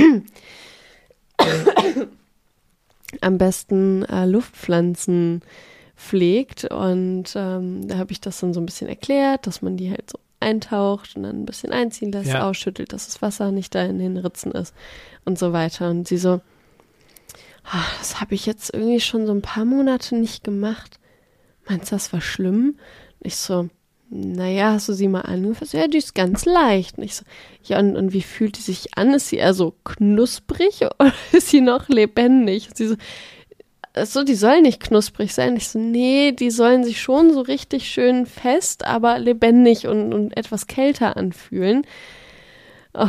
C: am besten äh, Luftpflanzen pflegt und ähm, da habe ich das dann so ein bisschen erklärt, dass man die halt so eintaucht und dann ein bisschen einziehen lässt,
B: ja.
C: ausschüttelt, dass das Wasser nicht da in den Ritzen ist und so weiter. Und sie so, oh, das habe ich jetzt irgendwie schon so ein paar Monate nicht gemacht. Meinst du, das war schlimm? Und ich so, naja, hast du sie mal angefasst? Ja, die ist ganz leicht. Und ich so, ja, und, und wie fühlt die sich an? Ist sie eher so knusprig oder ist sie noch lebendig? Und sie so, so, die sollen nicht knusprig sein. Ich so, nee, die sollen sich schon so richtig schön fest, aber lebendig und, und etwas kälter anfühlen. Oh.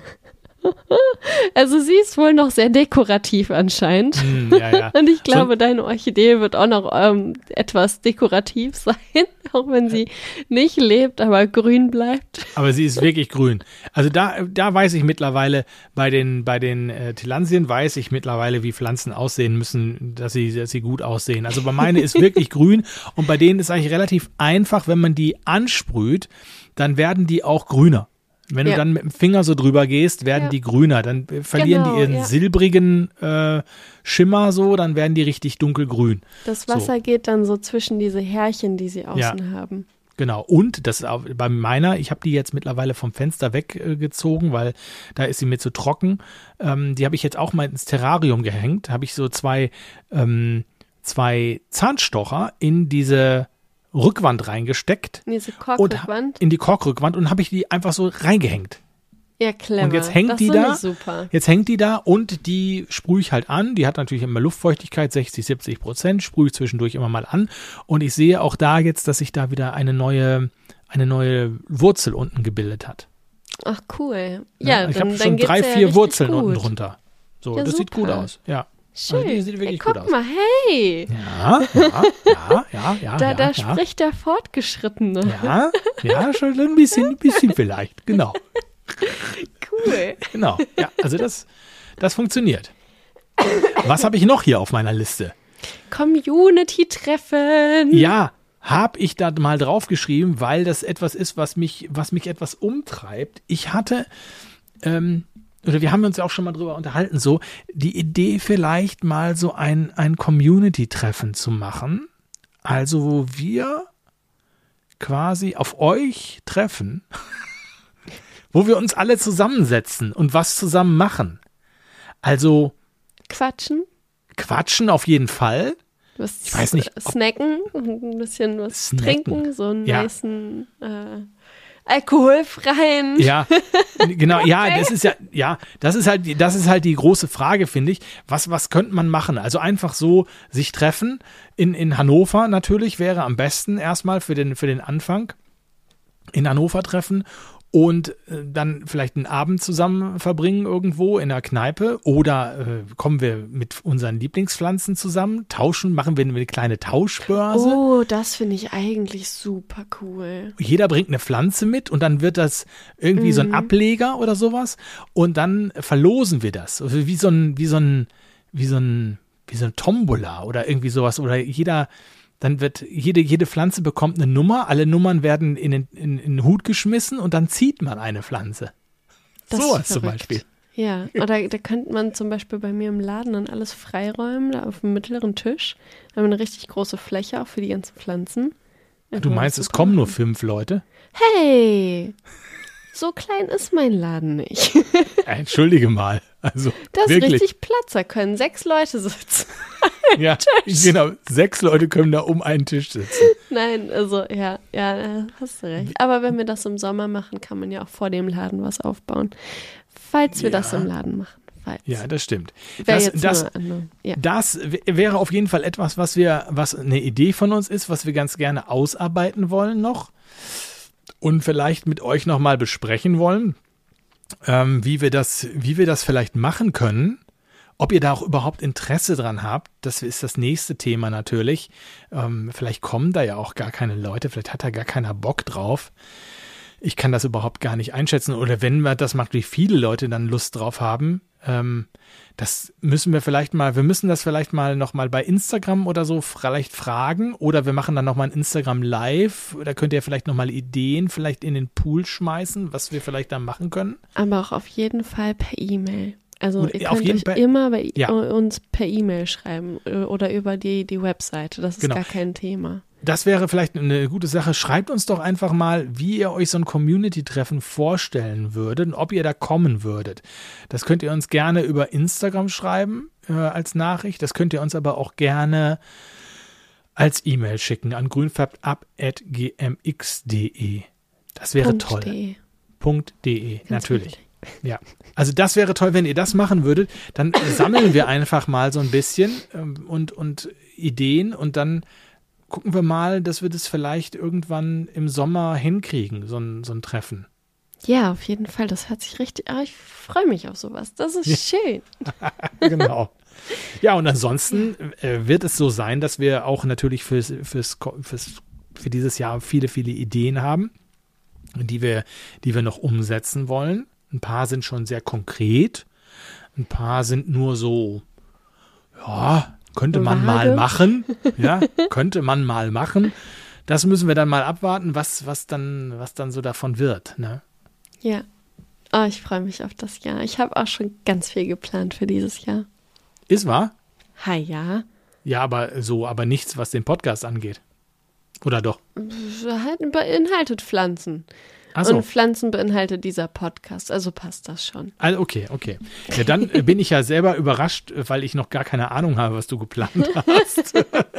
C: Also sie ist wohl noch sehr dekorativ anscheinend.
B: Mm, ja, ja.
C: Und ich glaube,
B: so,
C: deine Orchidee wird auch noch ähm, etwas dekorativ sein, auch wenn sie nicht lebt, aber grün bleibt.
B: Aber sie ist wirklich grün. Also da, da weiß ich mittlerweile, bei den, bei den äh, Tillandien weiß ich mittlerweile, wie Pflanzen aussehen müssen, dass sie, dass sie gut aussehen. Also bei meine ist wirklich grün und bei denen ist eigentlich relativ einfach, wenn man die ansprüht, dann werden die auch grüner. Wenn ja. du dann mit dem Finger so drüber gehst, werden ja. die grüner. Dann verlieren genau, die ihren ja. silbrigen äh, Schimmer so, dann werden die richtig dunkelgrün.
C: Das Wasser so. Geht dann so zwischen diese Härchen, die sie außen ja. haben.
B: Genau. Und das ist auch bei meiner, ich habe die jetzt mittlerweile vom Fenster weggezogen, äh, weil da ist sie mir zu trocken. Ähm, die habe ich jetzt auch mal ins Terrarium gehängt. Habe ich so zwei, ähm, zwei Zahnstocher in diese Rückwand reingesteckt.
C: In diese Korkrückwand?
B: In die Korkrückwand und habe ich die einfach so reingehängt.
C: Ja, clever.
B: Und jetzt hängt
C: das
B: die da.
C: Super.
B: Jetzt hängt die da und die sprühe ich halt an. Die hat natürlich immer Luftfeuchtigkeit, sechzig, siebzig Prozent, sprühe ich zwischendurch immer mal an. Und ich sehe auch da jetzt, dass sich da wieder eine neue, eine neue Wurzel unten gebildet hat.
C: Ach, cool. Ja,
B: ja ich
C: dann,
B: habe schon drei,
C: ja
B: vier Wurzeln
C: gut.
B: unten drunter. So,
C: ja,
B: das
C: super.
B: Sieht gut aus. Ja.
C: Schön.
B: Also die sieht wirklich
C: Ey, guck
B: gut aus.
C: mal, hey.
B: Ja, ja, ja, ja, ja.
C: Da,
B: ja,
C: da
B: ja.
C: spricht der Fortgeschrittene.
B: Ja, ja, schon ein bisschen, ein bisschen vielleicht, genau.
C: Cool.
B: Genau, ja, also das, das funktioniert. Was habe ich noch hier auf meiner Liste?
C: Community-Treffen.
B: Ja, habe ich da mal draufgeschrieben, weil das etwas ist, was mich, was mich etwas umtreibt. Ich hatte, ähm, oder wir haben uns ja auch schon mal drüber unterhalten, so die Idee vielleicht mal so ein, ein Community-Treffen zu machen. Also wo wir quasi auf euch treffen, wo wir uns alle zusammensetzen und was zusammen machen. Also
C: Quatschen.
B: Quatschen auf jeden Fall.
C: Was
B: ich weiß nicht.
C: Snacken, ein bisschen was
B: snacken.
C: trinken, so einen
B: ja.
C: nicen äh, alkoholfreien.
B: Ja, genau, ja, das ist ja, ja, das ist halt, das ist halt die große Frage, finde ich. Was, was könnte man machen? Also einfach so sich treffen. In, in Hannover natürlich wäre am besten erstmal für den, für den Anfang. In Hannover treffen und äh, dann vielleicht einen Abend zusammen verbringen irgendwo in der Kneipe oder äh, kommen wir mit unseren Lieblingspflanzen zusammen, tauschen, machen wir eine kleine Tauschbörse.
C: Oh, das finde ich eigentlich super cool.
B: Jeder bringt eine Pflanze mit und dann wird das irgendwie mhm. so ein Ableger oder sowas und dann verlosen wir das. Also wie so ein, wie so ein, wie so ein, wie so ein Tombola oder irgendwie sowas oder jeder. Dann wird jede, jede Pflanze bekommt eine Nummer, alle Nummern werden in den, in, in den Hut geschmissen und dann zieht man eine Pflanze.
C: Das
B: so was zum Beispiel.
C: Ja, oder da könnte man zum Beispiel bei mir im Laden dann alles freiräumen, da auf dem mittleren Tisch. Da haben wir eine richtig große Fläche, auch für die ganzen Pflanzen.
B: Du meinst, es kommen nur fünf Leute?
C: Hey! So klein ist mein Laden nicht.
B: Entschuldige mal. Also,
C: das
B: wirklich.
C: ist richtig Platz, da können sechs Leute sitzen.
B: Ja, Tisch. Genau. Sechs Leute können da um einen Tisch sitzen.
C: Nein, also ja, ja, hast du recht. Aber wenn wir das im Sommer machen, kann man ja auch vor dem Laden was aufbauen. Falls wir ja. das im Laden machen. Falls.
B: Ja, das stimmt.
C: Das,
B: das, das,
C: ja.
B: das wäre auf jeden Fall etwas, was wir, was eine Idee von uns ist, was wir ganz gerne ausarbeiten wollen noch. Und vielleicht mit euch nochmal besprechen wollen, ähm, wie wir das, wie wir das vielleicht machen können. Ob ihr da auch überhaupt Interesse dran habt, das ist das nächste Thema natürlich. Ähm, vielleicht kommen da ja auch gar keine Leute, vielleicht hat da gar keiner Bock drauf. Ich kann das überhaupt gar nicht einschätzen. Oder wenn man das macht, wie viele Leute dann Lust drauf haben, ähm, das müssen wir vielleicht mal, wir müssen das vielleicht mal nochmal bei Instagram oder so vielleicht fragen. Oder wir machen dann nochmal ein Instagram Live. Da könnt ihr vielleicht nochmal Ideen vielleicht in den Pool schmeißen, was wir vielleicht da machen können.
C: Aber auch auf jeden Fall per E-Mail. Also
B: Und
C: ihr
B: auf
C: könnt
B: jeden
C: euch
B: Fall-
C: immer bei
B: Ja.
C: uns per E-Mail schreiben äh, oder über die, die Webseite. Das ist
B: Genau.
C: gar kein Thema.
B: Das wäre vielleicht eine gute Sache. Schreibt uns doch einfach mal, wie ihr euch so ein Community-Treffen vorstellen würdet und ob ihr da kommen würdet. Das könnt ihr uns gerne über Instagram schreiben äh, als Nachricht. Das könnt ihr uns aber auch gerne als E-Mail schicken an grünfärbt-ab at g m x punkt d e. Das wäre
C: Punkt
B: toll.
C: de.
B: Punkt .de,
C: Ganz
B: natürlich.
C: wichtig.
B: Ja, also das wäre toll, wenn ihr das machen würdet. Dann sammeln wir einfach mal so ein bisschen ähm, und, und Ideen und dann gucken wir mal, dass wir das vielleicht irgendwann im Sommer hinkriegen, so ein, so ein Treffen.
C: Ja, auf jeden Fall. Das hört sich richtig. Ah, ich freue mich auf sowas. Das ist schön.
B: Genau. Ja, und ansonsten äh, wird es so sein, dass wir auch natürlich fürs, fürs, fürs, für dieses Jahr viele, viele Ideen haben, die wir, die wir noch umsetzen wollen. Ein paar sind schon sehr konkret, ein paar sind nur so, ja, könnte man
C: Vage.
B: mal machen, ja, könnte man mal machen. Das müssen wir dann mal abwarten, was, was dann, was dann so davon wird, ne?
C: Ja. Oh, ich freue mich auf das Jahr. Ich habe auch schon ganz viel geplant für dieses Jahr.
B: Ist wahr?
C: Ha, ja.
B: Ja, aber so, aber nichts, was den Podcast angeht. Oder doch?
C: Halt beinhaltet Pflanzen.
B: Ach so.
C: Und Pflanzen beinhaltet dieser Podcast. Also passt das schon.
B: Also okay, okay. Ja, dann äh, bin ich ja selber überrascht, äh, weil ich noch gar keine Ahnung habe, was du geplant hast.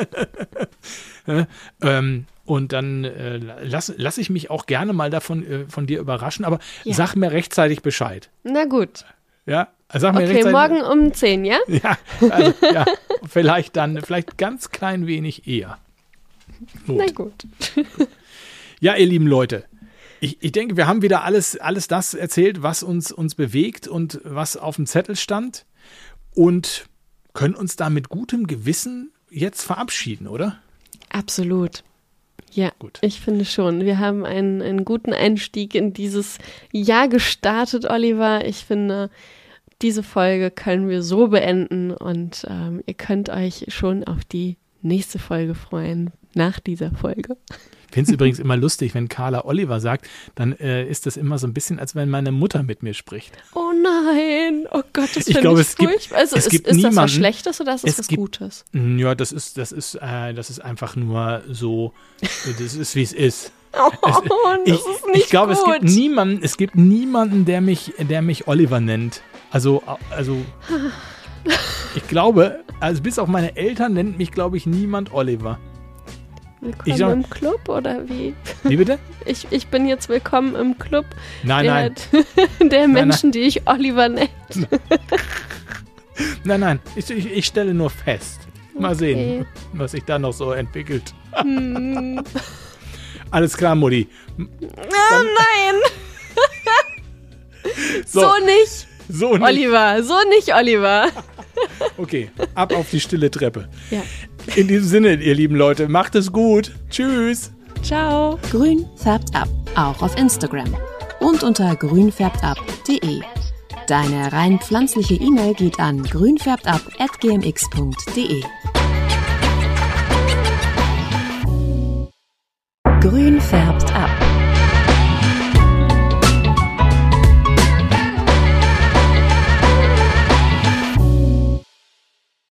B: Äh, ähm, und dann äh, lass, lass ich mich auch gerne mal davon äh, von dir überraschen, aber
C: Ja.
B: sag mir rechtzeitig Bescheid.
C: Na gut.
B: Ja, sag mir
C: Okay,
B: rechtzeitig.
C: morgen um zehn, ja?
B: Ja, also, ja, vielleicht dann, vielleicht ganz klein wenig eher. Gut.
C: Na gut.
B: Ja, ihr lieben Leute, ich, ich denke, wir haben wieder alles, alles das erzählt, was uns, uns bewegt und was auf dem Zettel stand und können uns da mit gutem Gewissen jetzt verabschieden, oder?
C: Absolut. Ja,
B: Gut.
C: ich finde schon. Wir haben einen, einen guten Einstieg in dieses Jahr gestartet, Oliver. Ich finde, diese Folge können wir so beenden und ähm, ihr könnt euch schon auf die nächste Folge freuen, nach dieser Folge.
B: Ich finde es übrigens immer lustig, wenn Carla Oliver sagt, dann äh, ist das immer so ein bisschen, als wenn meine Mutter mit mir spricht.
C: Oh nein, oh Gott, das
B: Ich
C: finde
B: glaube,
C: ich
B: es gibt-
C: furchtbar. Also
B: es
C: ist,
B: gibt
C: ist das was
B: niemanden-
C: Schlechtes oder ist das
B: es
C: was
B: gibt-
C: Gutes?
B: Ja, das ist, das ist, äh, das ist einfach nur so, das ist, wie es ist.
C: Oh, das
B: Ich,
C: ist nicht
B: ich glaube,
C: gut.
B: es gibt niemanden, es gibt niemanden, der mich, der mich Oliver nennt. Also, also, ich glaube, also bis auf meine Eltern nennt mich, glaube ich, niemand Oliver.
C: Willkommen
B: Ich sag-
C: im Club oder wie?
B: Wie bitte?
C: Ich, ich bin jetzt willkommen im Club
B: Nein,
C: der,
B: nein,
C: der Menschen, die ich Oliver nenne.
B: nein, nein. Ich, ich, ich stelle nur fest. Mal
C: Okay.
B: sehen, was sich da noch so entwickelt.
C: Hm.
B: Alles klar, Mutti.
C: Oh nein,
B: So,
C: so nicht,
B: so nicht.
C: Oliver, so nicht, Oliver.
B: Okay, ab auf die stille Treppe.
C: Ja,
B: In diesem Sinne, ihr lieben Leute, macht es gut. Tschüss.
C: ciao.
A: Grün färbt ab, auch auf Instagram und unter grünfärbtab punkt de. Deine rein pflanzliche E-Mail geht an grünfärbtab at g m x punkt de. Grün färbt ab.